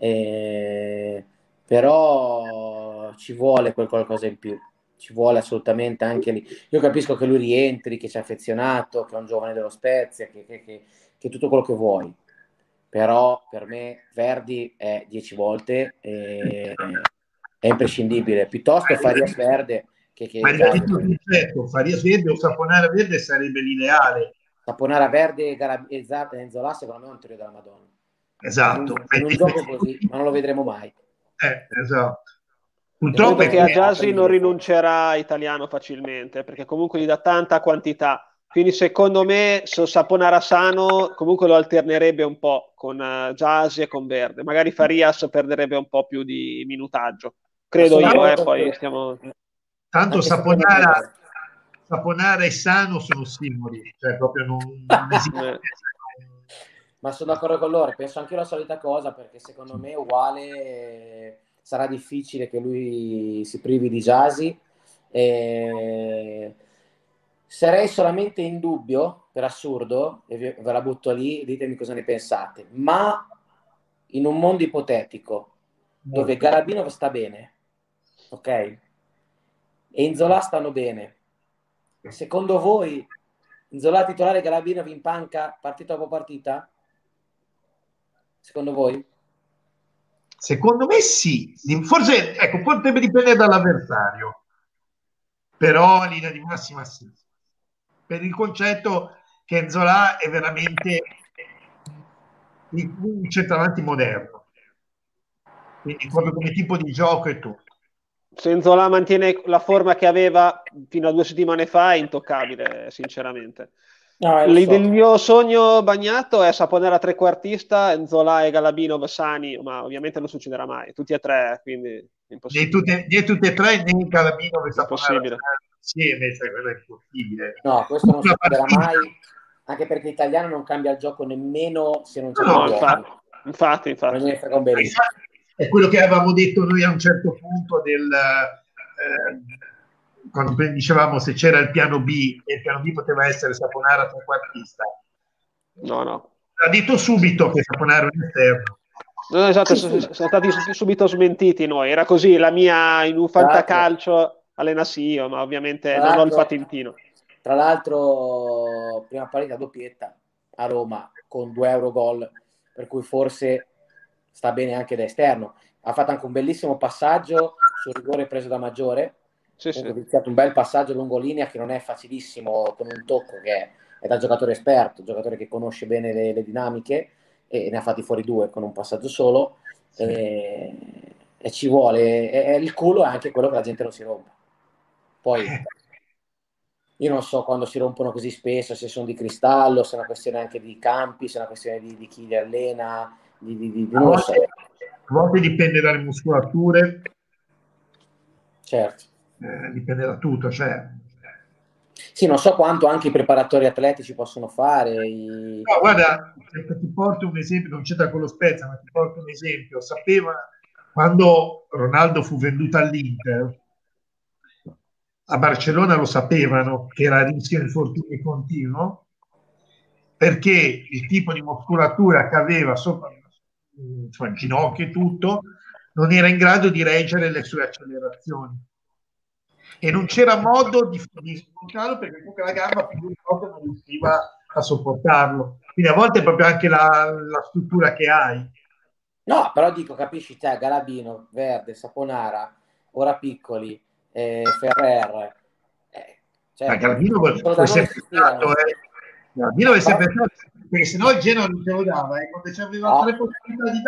però ci vuole quel qualcosa in più, ci vuole assolutamente anche lì. Io capisco che lui rientri, che ci è affezionato, che è un giovane dello Spezia, che tutto quello che vuoi, però per me Verdi è 10 volte è imprescindibile, piuttosto Farias Verde Ma il detto concetto, Farias Verde o Saponara Verde sarebbe l'ideale. Saponara Verde e Zola secondo me è un trio della Madonna. Esatto. In un gioco così, ma non lo vedremo mai. Esatto. Purtroppo è che a Gyasi non rinuncerà Italiano facilmente, perché comunque gli dà tanta quantità. Quindi secondo me Saponara sano comunque lo alternerebbe un po' con Gyasi e con Verde. Magari Farias perderebbe un po' più di minutaggio. Credo io, poi stiamo... Tanto Saponara e Sano sono simili, cioè proprio non esiste. Ma sono d'accordo con loro, penso anche io la solita cosa, perché secondo me uguale sarà difficile che lui si privi di Gyasi. Sarei solamente in dubbio, per assurdo, e ve la butto lì, ditemi cosa ne pensate, ma in un mondo ipotetico dove Galabinov sta bene, ok? E Inzola stanno bene, secondo voi Inzola titolare, Galabinov in panca partita dopo partita? Secondo voi? Secondo me sì, forse ecco, potrebbe dipendere dall'avversario, però in linea di massima sì, per il concetto che Nzola è veramente un centravanti moderno, quindi proprio come tipo di gioco e tutto. Se Nzola mantiene la forma che aveva fino a 2 settimane fa è intoccabile, sinceramente. No, Il mio sogno bagnato è Saponara trequartista, Nzola e Galabinov sani, ma ovviamente non succederà mai, tutti e tre, quindi impossibile. Di tutte e tre, né Galabinov e Saponara insieme, cioè, quello è impossibile. No, questo non succederà mai, anche perché l'italiano non cambia il gioco nemmeno se non c'è infatti. È quello che avevamo detto noi a un certo punto quando dicevamo se c'era il piano B, e il piano B poteva essere Saponara trequartista. No. Ha detto subito che Saponara è un esterno. No, esatto, siamo stati subito smentiti noi. Era così, la mia in un fantacalcio allenassi io, ma ovviamente non ho il patentino. Tra l'altro, prima partita doppietta a Roma con 2 euro gol, per cui forse sta bene anche da esterno. Ha fatto anche un bellissimo passaggio sul rigore preso da Maggiore. Sì. Ha iniziato un bel passaggio lungo linea che non è facilissimo, con un tocco che è da giocatore esperto, giocatore che conosce bene le dinamiche, e ne ha fatti fuori 2 con un passaggio solo. Sì. E ci vuole, e il culo è anche quello che la gente non si rompa. Poi io non so quando si rompono così spesso, se sono di cristallo, se è una questione anche di campi, se è una questione di chi li allena, non lo so. A volte dipende dalle muscolature. Certo. Dipende da tutto, cioè. Sì, non so quanto anche i preparatori atletici possono fare. No, guarda, ti porto un esempio, non c'entra con lo Spezia, ma ti porto un esempio. Sapeva quando Ronaldo fu venduto all'Inter, a Barcellona lo sapevano che era a rischio infortunio continuo, perché il tipo di muscolatura che aveva sopra, insomma, il ginocchio e tutto, non era in grado di reggere le sue accelerazioni. E non c'era modo di smontarlo perché comunque la gamba più di volta non riusciva a sopportarlo. Quindi a volte è proprio anche la struttura che hai. No, però dico, capisci te, Galabino, Verde, Saponara, ora Piccoli, Ferrer. Cioè, Galabino è sempre stato, Galabino è sempre stato, perché sennò il Genoa non te lo dava, quando c'aveva 3 possibilità di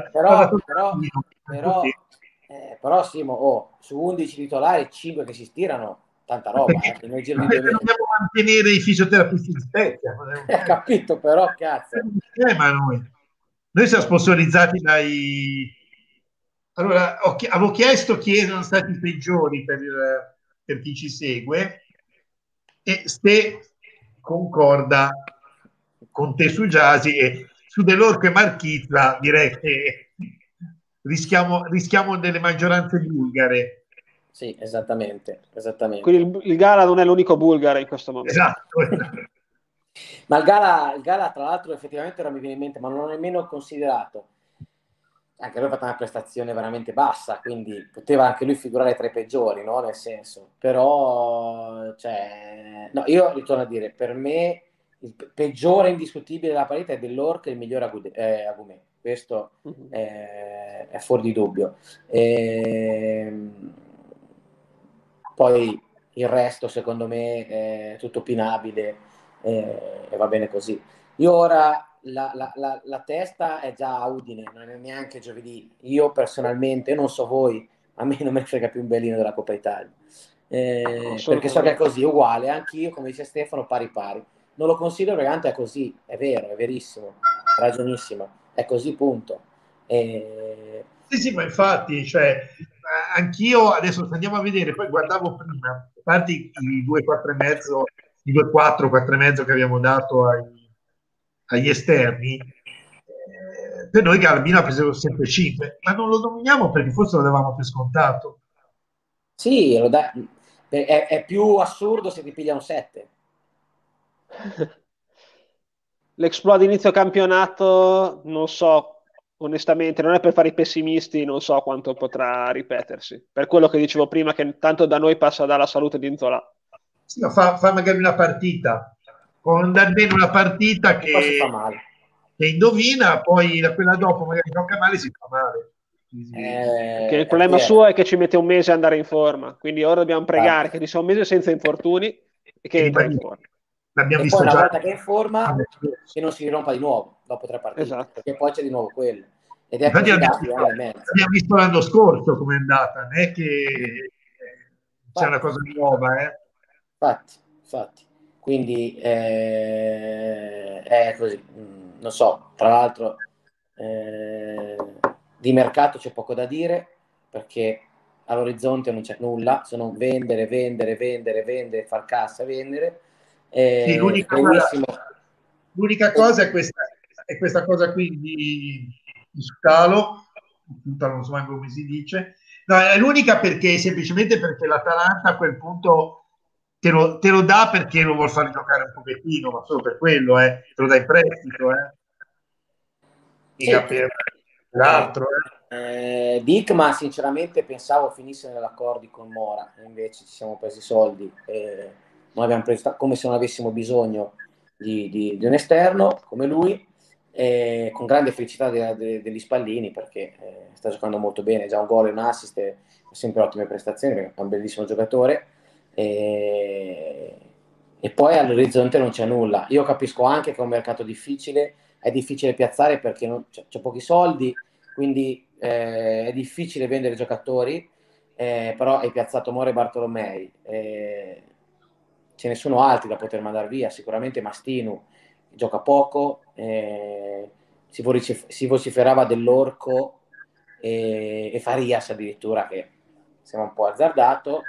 dartela. Però Simo, su 11 titolari 5 che si stirano, tanta roba. Nel giro di 2 mesi. Dobbiamo mantenere i fisioterapisti di Spezia. Capito, però cazzo. Ma noi siamo sponsorizzati dai... Allora, avevo chiesto chi erano stati i peggiori per chi ci segue, e Ste concorda con te su Giasi e su Dell'Orco e Marchizza direi che rischiamo delle maggioranze bulgare. Sì, esattamente. Quindi il Gala non è l'unico bulgaro in questo momento. Esatto. Ma il Gala, tra l'altro, effettivamente non mi viene in mente, ma non l'ho nemmeno considerato. Anche lui ha fatto una prestazione veramente bassa, quindi poteva anche lui figurare tra i peggiori, no? Nel senso, però, cioè, no, io ritorno a dire, per me il peggiore indiscutibile della partita è Dell'Orco e il migliore Agumè. Questo è fuori di dubbio. Poi il resto, secondo me, è tutto opinabile e va bene così. Io ora la testa è già a Udine, non è neanche giovedì. Io personalmente, non so voi, a me non me ne frega più un bellino della Coppa Italia. Perché so che è così, uguale, anch'io, come dice Stefano, pari pari. Non lo considero perché tanto è così, è vero, è verissimo, ragionissimo, è così, punto. Sì, ma infatti, cioè, anch'io adesso andiamo a vedere, poi guardavo prima, a parte i 2,4 e mezzo, i 2,4, 4 e mezzo che abbiamo dato agli esterni, per noi Garbino ha preso sempre 5, ma non lo nominiamo perché forse lo davamo per scontato. Sì, è più assurdo se ti piglia un 7. L'exploit di inizio campionato, non so, onestamente, non è per fare i pessimisti, non so quanto potrà ripetersi. Per quello che dicevo prima, che tanto da noi passa dalla salute di Nzola. Sì, ma fa magari una partita, con andare bene una partita E poi si fa male. che indovina, poi da quella dopo magari gioca male si fa male. Che il problema suo è che ci mette un mese ad andare in forma, quindi ora dobbiamo pregare che ci sia un mese senza infortuni e che entra in forma. L'abbiamo E visto poi una già volta che è in forma che non si rompa di nuovo dopo 3 partite, esatto. perché poi c'è di nuovo quello. Ed è infatti così da 2 anni e mezzo. abbiamo visto l'anno scorso come è andata, non è che c'è una cosa nuova. Infatti. Quindi è così. Non so, tra l'altro di mercato c'è poco da dire perché all'orizzonte non c'è nulla, se non vendere, far cassa, vendere. Sì, l'unica cosa è questa cosa qui di scalo, non so come si dice. No, è l'unica perché semplicemente perché l'Atalanta a quel punto te lo dà perché lo vuol far giocare un pochettino, ma solo per quello, te lo dà in prestito, mica per l'altro. Dickman sinceramente pensavo finisse nell'accordo con Mora, invece ci siamo presi soldi, non abbiamo preso, come se non avessimo bisogno di un esterno come lui, con grande felicità degli Spallini perché sta giocando molto bene, già un gol e un assist, è sempre ottime prestazioni, è un bellissimo giocatore. E poi all'orizzonte non c'è nulla. Io capisco anche che è un mercato difficile, è difficile piazzare perché c'è pochi soldi, quindi è difficile vendere giocatori, però hai piazzato More e Bartolomei, ce ne sono altri da poter mandare via, sicuramente Mastinu gioca poco, si vociferava dell'Orco e Farias addirittura che sembra un po' azzardato,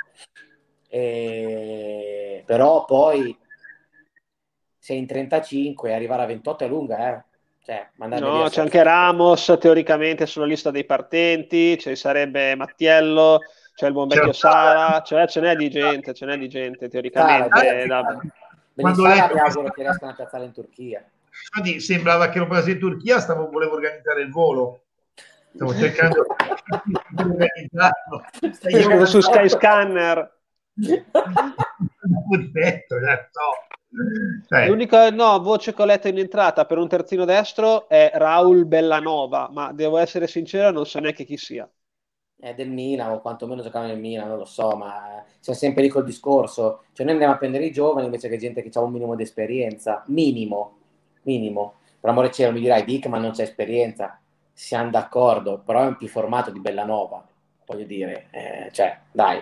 però poi sei in 35 e arrivare a 28 è lunga, cioè mandarne via No, c'è 7. anche Ramos teoricamente sulla lista dei partenti, ci sarebbe Mattiello, c'è il buon vecchio Sala, cioè ce n'è di gente teoricamente. Quando Sala mi auguro che riescano a piazzare in Turchia. Sembrava che lo prendesse in Turchia, volevo organizzare il volo. Stavo cercando di organizzarlo. Su Skyscanner. L'unica voce che ho letto in entrata per un terzino destro è Raul Bellanova, ma devo essere sincero, non so neanche chi sia. È del Milan, o quantomeno giocava nel Milan, non lo so, ma c'è sempre lì col discorso. Cioè noi andiamo a prendere i giovani invece che gente che ha un minimo di esperienza. Minimo. Per amore cielo mi dirai, Dick, ma non c'è esperienza. Siamo d'accordo, però è un più formato di Bellanova, voglio dire. Cioè, dai.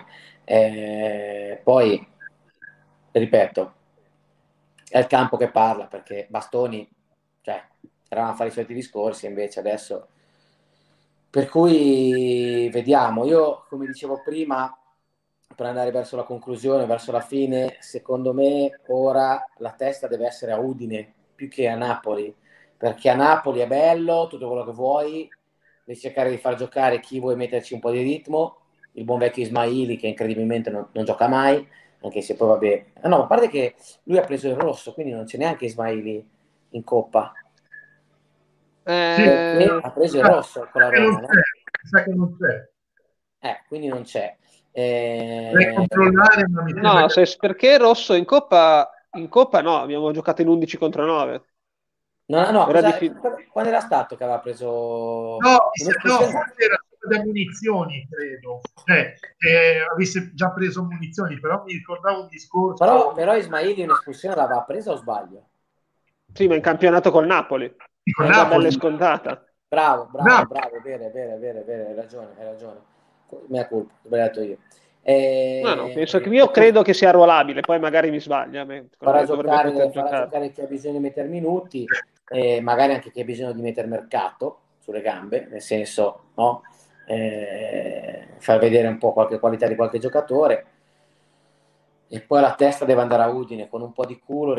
Poi, ripeto, è il campo che parla, perché Bastoni, cioè, eravamo a fare i soliti discorsi, invece adesso... Per cui vediamo, io come dicevo prima, per andare verso la conclusione, verso la fine, secondo me ora la testa deve essere a Udine più che a Napoli, perché a Napoli è bello, tutto quello che vuoi, devi cercare di far giocare chi vuoi metterci un po' di ritmo, il buon vecchio Ismaili che incredibilmente non gioca mai, anche se poi vabbè... no, a parte che lui ha preso il rosso, quindi non c'è neanche Ismaili in Coppa. Sì, Ha preso il rosso con la Roma, no? Sa che non c'è. Quindi non c'è. Vorrei controllare, ma mi No, sembra che... perché rosso in Coppa no, abbiamo giocato in 11 contro 9. No, Era quando era stato che aveva preso No, un'espulsione? forse era solo da munizioni, credo. Che avesse già preso munizioni, però mi ricordavo un discorso... Però Ismaili un'espulsione l'aveva presa o sbaglio? Sì, ma in campionato col Napoli. Con È già bella Napoli. e scontata. Bravo, No. è vero, hai ragione. Mea colpa, ho sbagliato io. No, io credo che sia arruolabile, poi magari mi sbaglia. Farà Dovrebbe poter giocare chi ha bisogno di mettere minuti, magari anche chi ha bisogno di mettere mercato sulle gambe, nel senso, no? Far vedere un po' qualche qualità di qualche giocatore. E poi la testa deve andare a Udine con un po' di culo,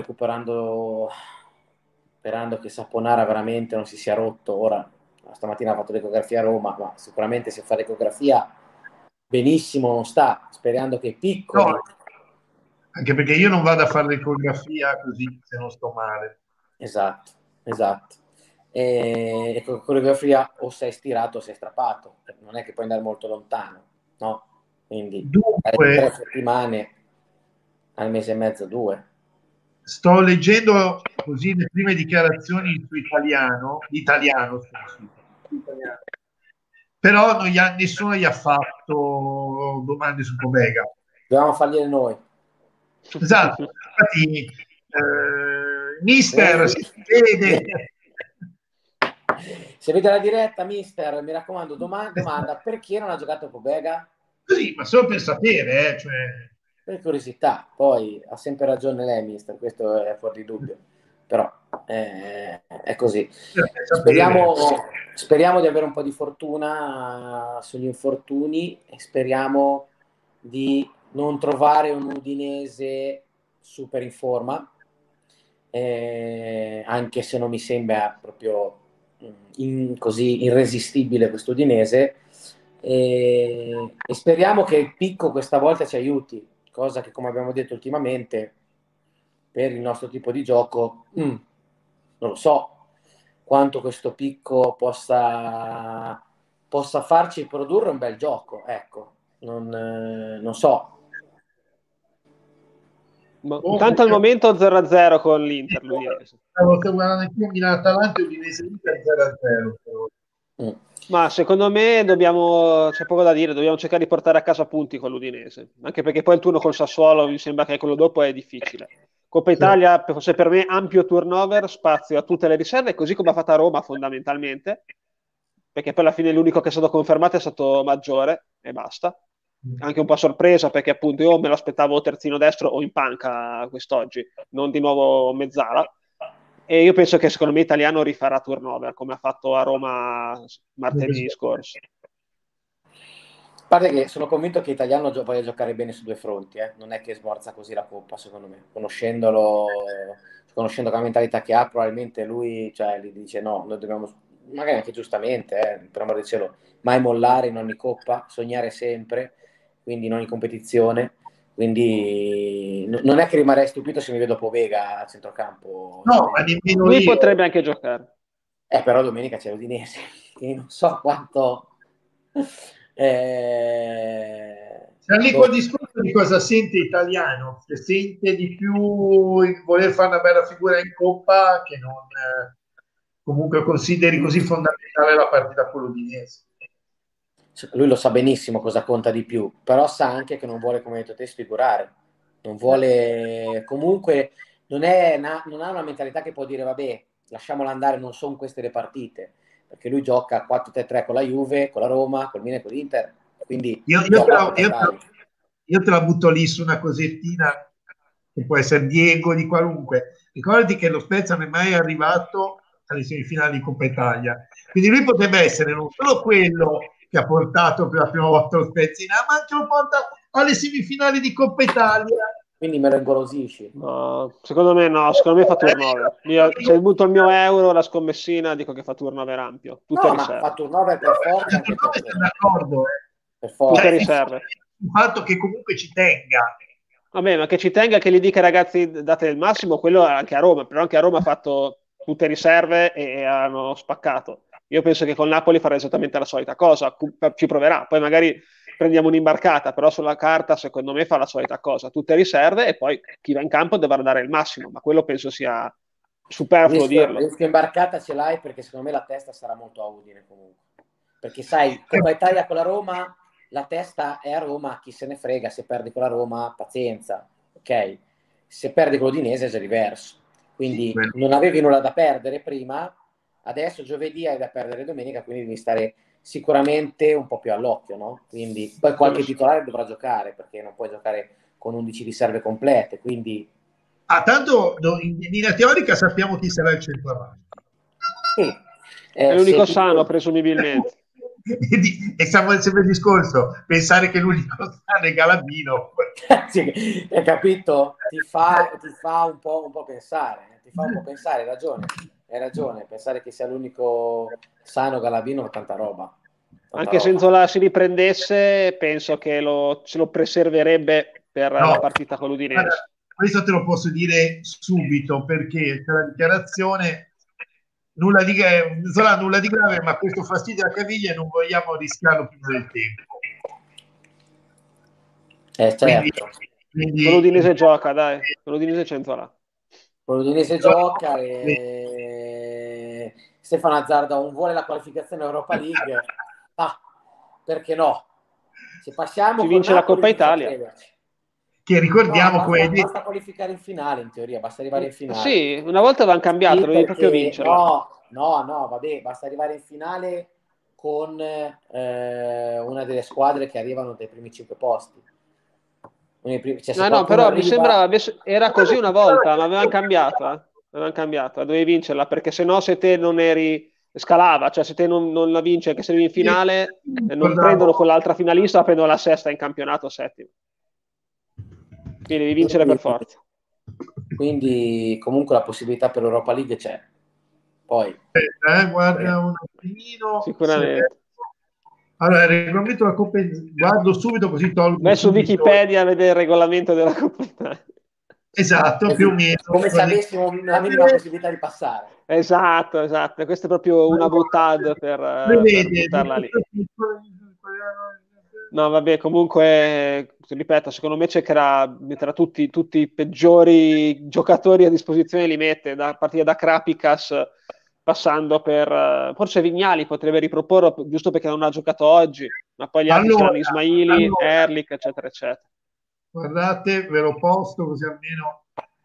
sperando che Saponara veramente non si sia rotto. Ora, stamattina ha fatto l'ecografia a Roma, ma sicuramente se fa l'ecografia benissimo non sta, sperando che Piccoli... No, anche perché io non vado a fare l'ecografia così se non sto male. Esatto. E con l'ecografia o sei stirato o sei strappato, non è che puoi andare molto lontano, no? Quindi Dunque, 3 settimane al mese e mezzo, 2. sto leggendo così le prime dichiarazioni su italiano, però nessuno gli ha fatto domande su Pobega. Dobbiamo fargliele noi. Esatto, infatti, mister, si vede. Se vede la diretta, mister, mi raccomando, domanda, perché non ha giocato Pobega? Così, ma solo per sapere, cioè... Per curiosità, poi ha sempre ragione lei, mister, questo è fuori di dubbio, però è così. Speriamo di avere un po' di fortuna sugli infortuni e speriamo di non trovare un Udinese super in forma, anche se non mi sembra proprio così irresistibile questo Udinese, e speriamo che il Picco questa volta ci aiuti, cosa che, come abbiamo detto ultimamente, per il nostro tipo di gioco non lo so quanto questo Picco possa farci produrre un bel gioco, ecco, non so. Intanto al momento 0-0 con l'Inter, l'Udinese. Stavo guardando anche io Milan-Atalanta e Udinese Inter 0-0. Ma secondo me c'è poco da dire, dobbiamo cercare di portare a casa punti con l'Udinese, anche perché poi il turno col Sassuolo mi sembra che quello dopo è difficile. Coppa Italia, forse per me ampio turnover, spazio a tutte le riserve, così come ha fatto a Roma fondamentalmente, perché poi alla fine l'unico che è stato confermato è stato Maggiore e basta. Anche un po' a sorpresa perché appunto io me lo aspettavo terzino destro o in panca quest'oggi, non di nuovo mezzala. E io penso che secondo me Italiano rifarà turnover come ha fatto a Roma martedì scorso. A parte che sono convinto che Italiano voglia giocare bene su 2 fronti, non è che smorza così la Coppa, secondo me. Conoscendo la mentalità che ha, probabilmente lui gli dice no, noi dobbiamo, magari anche giustamente, per amor del cielo, mai mollare in ogni Coppa, sognare sempre, quindi in ogni competizione. Quindi non è che rimarrei stupito se mi vedo Povega a centrocampo. No, ma nemmeno lui io. potrebbe anche giocare. Però domenica c'è l'Udinese, quindi non so quanto... Siamo lì col discorso di cosa sente Italiano, se sente di più il voler fare una bella figura in Coppa che non comunque consideri così fondamentale la partita con l'Udinese. Lui lo sa benissimo cosa conta di più, però sa anche che non vuole, come hai detto te, sfigurare. Non vuole, comunque, non ha una mentalità che può dire, vabbè, lasciamola andare, non sono queste le partite, perché lui gioca 4-3-3 con la Juve, con la Roma, col Milan e con l'Inter, quindi io te la butto lì su una cosettina che può essere Diego di qualunque. Ricordati che lo Spezia non è mai arrivato alle semifinali di Coppa Italia, quindi lui potrebbe essere non solo quello che ha portato per la prima volta lo Spezia, ma anche lo porta alle semifinali di Coppa Italia. Quindi me lo ingolosisci? No, secondo me fa turnover. Se butto il mio euro, la scommessina, dico che fa turnover ampio. Tutte no, riserve. ma fa turnover per forza. Anche Sono d'accordo. Per forza. Tutte riserve. Il fatto che comunque ci tenga. Vabbè, ma che ci tenga, che gli dica ragazzi date il massimo, quello anche a Roma, però anche a Roma ha fatto tutte riserve e hanno spaccato. Io penso che con Napoli farà esattamente la solita cosa, ci proverà, poi magari prendiamo un'imbarcata, però sulla carta secondo me fa la solita cosa, tutte riserve e poi chi va in campo dovrà dare il massimo, ma quello penso sia superfluo dirlo. Il rischio imbarcata ce l'hai perché secondo me la testa sarà molto a Udine comunque, perché sai, Coppa Italia con la Roma, la testa è a Roma, chi se ne frega, se perdi con la Roma, pazienza, ok? Se perdi con l'Udinese è già diverso, quindi non avevi nulla da perdere prima, adesso giovedì hai da perdere domenica, quindi devi stare sicuramente un po' più all'occhio, no? Quindi poi qualche titolare dovrà giocare, perché non puoi giocare con 11 riserve complete, quindi... tanto in linea teorica sappiamo chi sarà il centravanti. Sì. È l'unico sano, presumibilmente. E siamo sempre il discorso, pensare che l'unico sano è Galabino. Sì, hai capito? Ti fa un po' pensare, hai ragione, pensare che sia l'unico sano Galabino è tanta roba. Anche se Nzola si riprendesse, penso che se lo preserverebbe per la partita con l'Udinese. Questo te lo posso dire subito, perché c'è la dichiarazione nulla di grave, ma questo fastidio alla caviglia non vogliamo rischiarlo più del tempo. Certo. Quindi con l'Udinese gioca, dai, con l'Udinese c'è Nzola. Con l'Udinese gioca e Stefano Azzarda vuole la qualificazione Europa League. Perché no? Se passiamo ci vince la Coppa Italia. Che ricordiamo basta qualificare in finale, in teoria, basta arrivare in finale. Sì, una volta avevano cambiato, dovevi proprio vincerla. No, vabbè, basta arrivare in finale con una delle squadre che arrivano dai primi 5 posti. Però mi sembrava era così una volta, ma avevano cambiato, dovevi vincerla, perché se te non eri scalava, cioè se te non la vinci anche se eri in finale, non prendono quell'altra finalista, la prendono la sesta in campionato, settima. Quindi devi vincere per forza. Quindi comunque la possibilità per l'Europa League c'è. Poi guarda un attimino. Sicuramente. Allora, il regolamento della Coppa, guardo subito così tolgo. Vai su Wikipedia a vedere il regolamento della Coppa Italia. Esatto, più o meno. Come se avessimo una minima possibilità di passare. Esatto. Questa è proprio una boutade per buttarla lì. No, vabbè, comunque, ripeto, secondo me metterà tutti i peggiori giocatori a disposizione, li mette, a partire da Krapikas, passando per... forse Vignali potrebbe riproporlo, giusto perché non ha giocato oggi, ma poi gli altri saranno Ismaili, Erlich, eccetera, eccetera. Guardate, ve lo posto così almeno...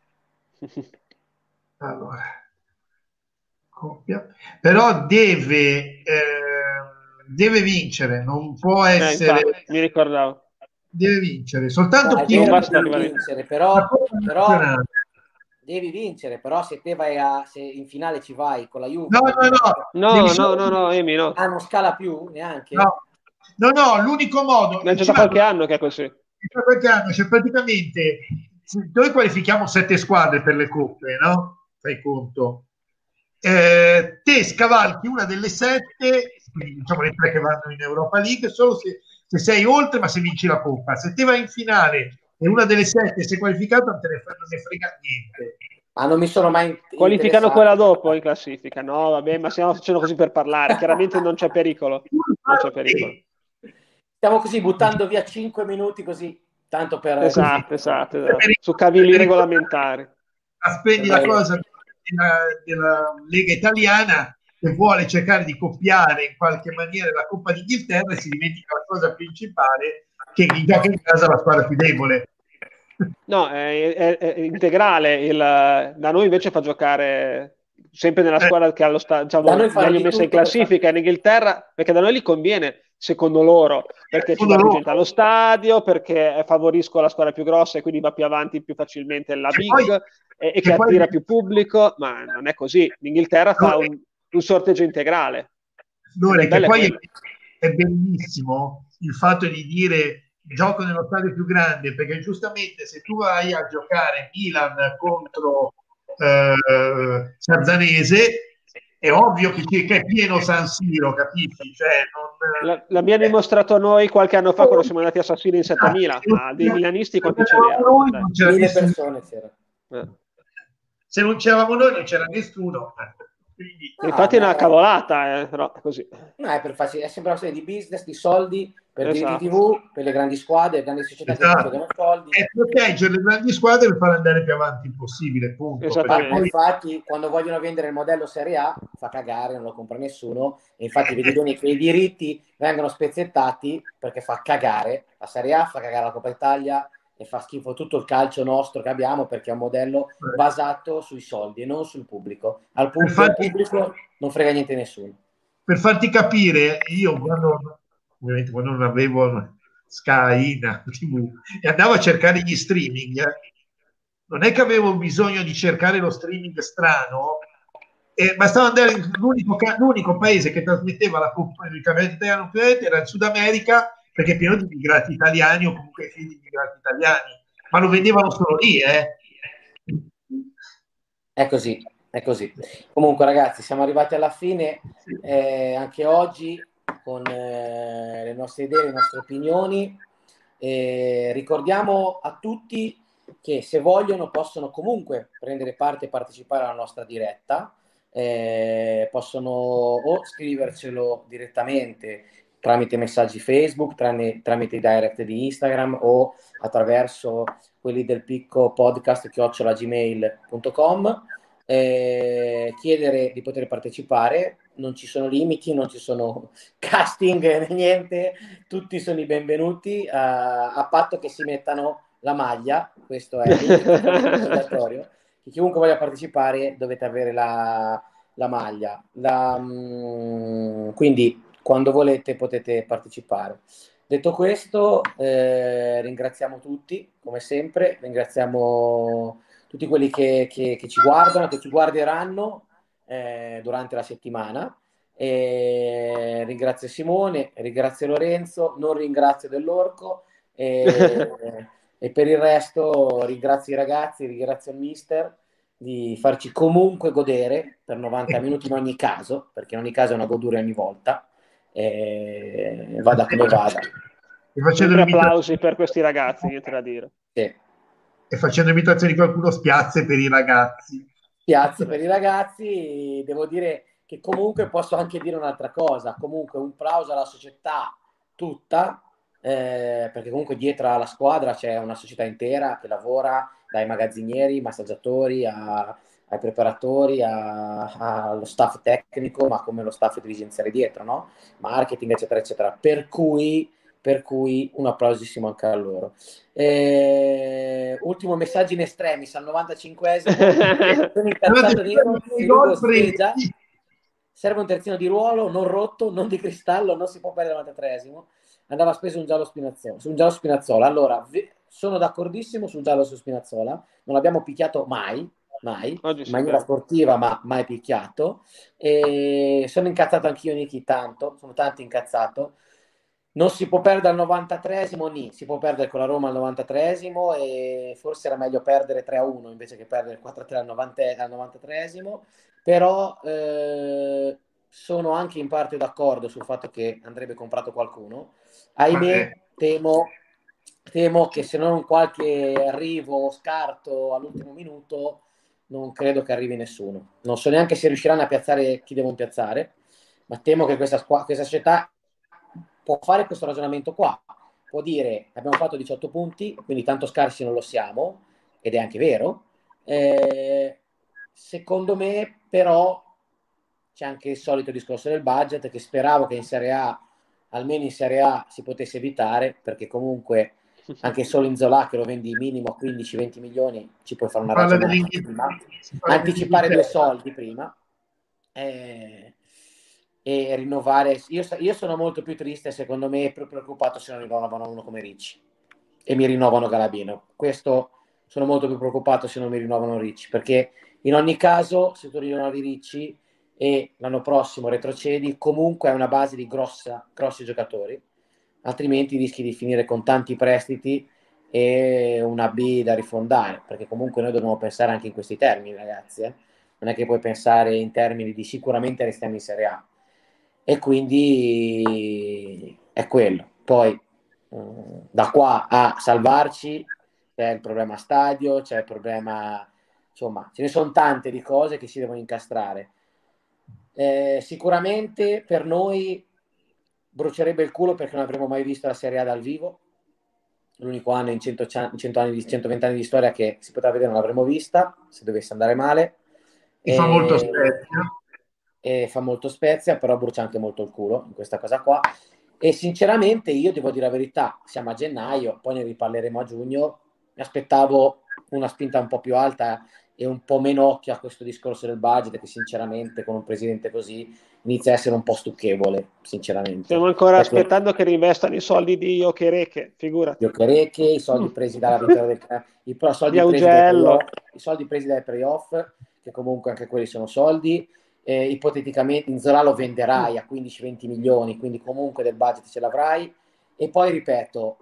Allora, coppia. Però deve vincere, non può essere... Infatti, mi ricordavo. Deve vincere, soltanto chi non basta vincere, però devi vincere, però se te vai se in finale ci vai con la Juve... No, Emi, no. Non scala più neanche? No, l'unico modo... C'è già qualche anno che è così. C'è qualche anno, cioè praticamente noi qualifichiamo 7 squadre per le coppe, no? Fai conto. Te scavalchi una delle 7, quindi diciamo le 3 che vanno in Europa League, solo se sei oltre, ma se vinci la Coppa. Se te vai in finale e una delle 7 sei qualificata, non ne frega niente. Ma non mi sono mai qualificano quella dopo in classifica. No, vabbè, ma stiamo facendo così per parlare. Chiaramente non c'è pericolo. Non c'è pericolo. Stiamo così buttando via 5 minuti così, tanto per... Esatto. Su cavilli regolamentari. Aspetti la cosa della Lega Italiana, che vuole cercare di copiare in qualche maniera la Coppa d'Inghilterra, e si dimentica la cosa principale, che gioca in casa la squadra più debole. No, è integrale. Da noi invece fa giocare sempre nella squadra che allo meglio messa in classifica in Inghilterra, perché da noi gli conviene, secondo loro, perché ci va più gente allo stadio, perché favorisco la squadra più grossa e quindi va più avanti più facilmente la big e che attira più pubblico, ma non è così. L'Inghilterra fa un sorteggio integrale. Che poi è bellissimo il fatto di dire gioco nello stadio più grande, perché giustamente se tu vai a giocare Milan contro Sarzanese, è ovvio che è pieno San Siro, capisci? Cioè, L'abbiamo dimostrato noi qualche anno fa quando siamo andati a San Siro in 7.000, ma dei milanisti quanti ce n'erano? noi non c'era 1000 nessuno. persone c'era. Se non c'eravamo noi non c'era nessuno. Quindi... Infatti è una cavolata, però è così. No, è per è sempre una serie di business, di soldi, per diritti Esatto. TV, per le grandi squadre, le grandi società che chiedono soldi. E proteggere le grandi squadre per far andare più avanti il possibile, punto. Esattamente. Poi, infatti, quando vogliono vendere il modello Serie A, fa cagare, non lo compra nessuno. E infatti vedi bene che i diritti vengono spezzettati perché fa cagare la Serie A, fa cagare la Coppa Italia e fa schifo tutto il calcio nostro che abbiamo, perché è un modello basato sui soldi e non sul pubblico. Al pubblico non frega niente nessuno. Per farti capire, io ovviamente quando non avevo Sky TV e andavo a cercare gli streaming, non è che avevo bisogno di cercare lo streaming strano, bastava andare l'unico paese che trasmetteva la Coppa del campionato italiano era il Sud America, perché è pieno di immigrati italiani o comunque figli di immigrati italiani, ma lo vendevano solo lì, È così, è così. Comunque, ragazzi, siamo arrivati alla fine anche oggi con le nostre idee, le nostre opinioni. Ricordiamo a tutti che se vogliono possono comunque prendere parte e partecipare alla nostra diretta. Possono o scrivercelo direttamente tramite messaggi Facebook, tramite i direct di Instagram o attraverso quelli del picco podcast @gmail.com. Chiedere di poter partecipare, non ci sono limiti, non ci sono casting, niente, tutti sono i benvenuti a patto che si mettano la maglia. Questo è obbligatorio. Chiunque voglia partecipare dovete avere la maglia. Quindi quando volete potete partecipare. Detto questo, ringraziamo tutti, come sempre, ringraziamo tutti quelli che ci guardano, che ci guarderanno durante la settimana. Ringrazio Simone, ringrazio Lorenzo, non ringrazio Dell'Orco e per il resto ringrazio i ragazzi, ringrazio il mister di farci comunque godere per 90 minuti in ogni caso, perché in ogni caso è una goduria ogni volta. Vada come vada. Sempre applausi per questi ragazzi, niente da dire. Sì. E facendo imitazioni di qualcuno, spiazze per i ragazzi. Spiazze per i ragazzi, devo dire che comunque posso anche dire un'altra cosa, comunque un plauso alla società tutta, perché comunque dietro alla squadra c'è una società intera che lavora, dai magazzinieri, massaggiatori, ai preparatori, allo staff tecnico, ma come lo staff dirigenziale dietro, no? Marketing, eccetera, eccetera. Per cui un applausissimo anche a loro. Ultimo messaggio in estremis al 95esimo. Sono incazzato nero, serve un terzino di ruolo, non rotto, non di cristallo, non si può perdere al 93esimo. Andava speso un giallo Spinazzola. Allora, sono d'accordissimo sul giallo su Spinazzola, non l'abbiamo picchiato mai, in maniera sportiva, ma mai picchiato. E sono incazzato anch'io, Niki, tanto, sono tanto incazzato. Non si può perdere al 93esimo, si può perdere con la Roma al 93esimo e forse era meglio perdere 3-1 invece che perdere 4-3 al 93esimo, però sono anche in parte d'accordo sul fatto che andrebbe comprato qualcuno. Ahimè, temo che se non qualche arrivo o scarto all'ultimo minuto non credo che arrivi nessuno. Non so neanche se riusciranno a piazzare chi devono piazzare, ma temo che questa società può fare questo ragionamento qua, può dire abbiamo fatto 18 punti, quindi tanto scarsi non lo siamo, ed è anche vero. Secondo me però c'è anche il solito discorso del budget, che speravo che in Serie A, almeno in Serie A, si potesse evitare, perché comunque anche solo in Zola che lo vendi minimo a 15-20 milioni ci puoi fare una ragionata prima, anticipare 2 soldi prima e rinnovare. Io sono molto più triste, secondo me, più preoccupato se non rinnovano uno come Ricci e mi rinnovano Galabino. Questo sono molto più preoccupato se non mi rinnovano Ricci, perché in ogni caso se tu rinnovi Ricci e l'anno prossimo retrocedi, comunque è una base di grossi giocatori. altrimenti rischi di finire con tanti prestiti e una B da rifondare, perché comunque noi dobbiamo pensare anche in questi termini, ragazzi. Non è che puoi pensare in termini di sicuramente restiamo in Serie A. E quindi è quello. Poi da qua a salvarci c'è il problema stadio, c'è il problema, insomma, ce ne sono tante di cose che si devono incastrare. Sicuramente per noi brucierebbe il culo perché non avremmo mai visto la Serie A dal vivo. L'unico anno in 100 anni, 120 anni di storia che si poteva vedere non l'avremmo vista, se dovesse andare male. Mi fa molto Spezia. E fa molto Spezia, però brucia anche molto il culo in questa cosa qua. E sinceramente io devo dire la verità, siamo a gennaio, poi ne riparleremo a giugno, mi aspettavo una spinta un po' più alta e un po' meno occhio a questo discorso del budget che sinceramente con un presidente così inizia a essere un po' stucchevole, sinceramente. Stiamo ancora aspettando che reinvestano i soldi di Iochereke, figurati. Iochereke, i soldi presi dalla vittoria i soldi presi dai playoff, che comunque anche quelli sono soldi. Ipoteticamente Inzola lo venderai a 15-20 milioni, quindi comunque del budget ce l'avrai. E poi ripeto,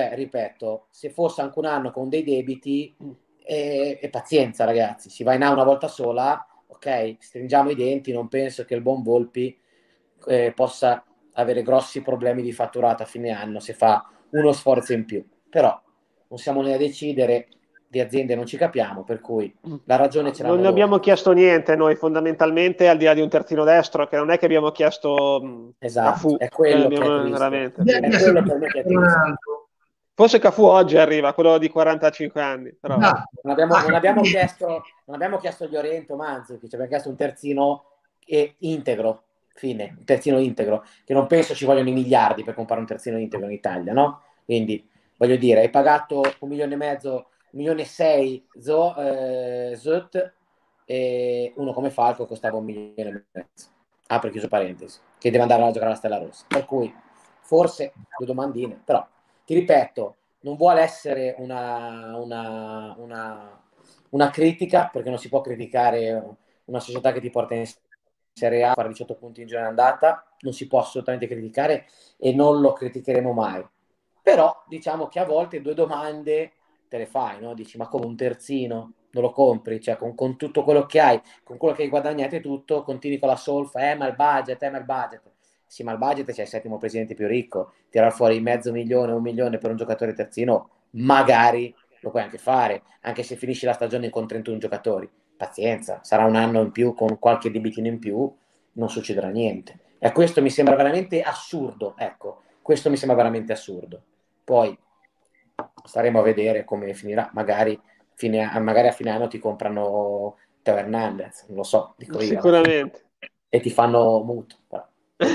se fosse anche un anno con dei debiti, e pazienza ragazzi, si va in A una volta sola, ok, stringiamo i denti, non penso che il buon Volpi possa avere grossi problemi di fatturato a fine anno se fa uno sforzo in più, però non siamo noi a decidere, di aziende non ci capiamo, per cui la ragione ce l'hanno non ne abbiamo chiesto niente noi fondamentalmente, al di là di un terzino destro, che non è che abbiamo chiesto esatto, Cafu, è quello che è veramente. È quello per me che è triste. Forse Cafu oggi arriva, quello di 45 anni. Però. No, non abbiamo chiesto Llorente o Manzukic, ci abbiamo chiesto un terzino integro, fine, un terzino integro, che non penso ci vogliono i miliardi per comprare un terzino integro in Italia, no? Quindi, voglio dire, hai pagato 1,5 milioni, 1,6 milioni Zut, e uno come Falco costava 1,5 milioni. Apri e chiuso parentesi, che deve andare a giocare alla Stella Rossa. Per cui, forse, due domandine, però, ti ripeto, non vuole essere una critica, perché non si può criticare una società che ti porta in Serie A a fare 18 punti in giornata andata, non si può assolutamente criticare e non lo criticheremo mai. Però diciamo che a volte due domande te le fai, no? Dici, ma come un terzino? Non lo compri? Cioè, con tutto quello che hai, con quello che hai guadagnato e tutto, continui con la solfa, ma il budget. Sì, ma il budget c'è il settimo presidente più ricco, tirar fuori mezzo milione, 1 milione per un giocatore terzino, magari lo puoi anche fare, anche se finisci la stagione con 31 giocatori. Pazienza, sarà un anno in più con qualche debitino in più, non succederà niente. E questo mi sembra veramente assurdo, ecco, questo mi sembra veramente assurdo. Poi staremo a vedere come finirà, magari a fine anno ti comprano Teo Hernandez, non lo so, dico io. Sicuramente. E ti fanno muto, però.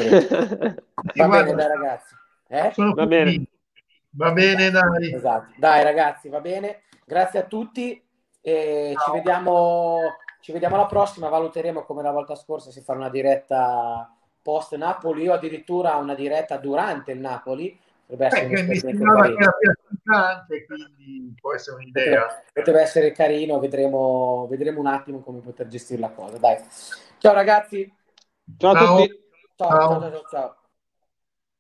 Va bene, dai ragazzi. Va bene. Va bene, dai. Esatto. Dai ragazzi, va bene. Grazie a tutti e ci vediamo alla prossima. Valuteremo come la volta scorsa se fare una diretta post Napoli o addirittura una diretta durante il Napoli. Potrebbe essere un esperimento carino. Anche, quindi può essere un'idea. Potrebbe essere carino, vedremo un attimo come poter gestire la cosa. Dai. Ciao ragazzi. Ciao a tutti. Ciao.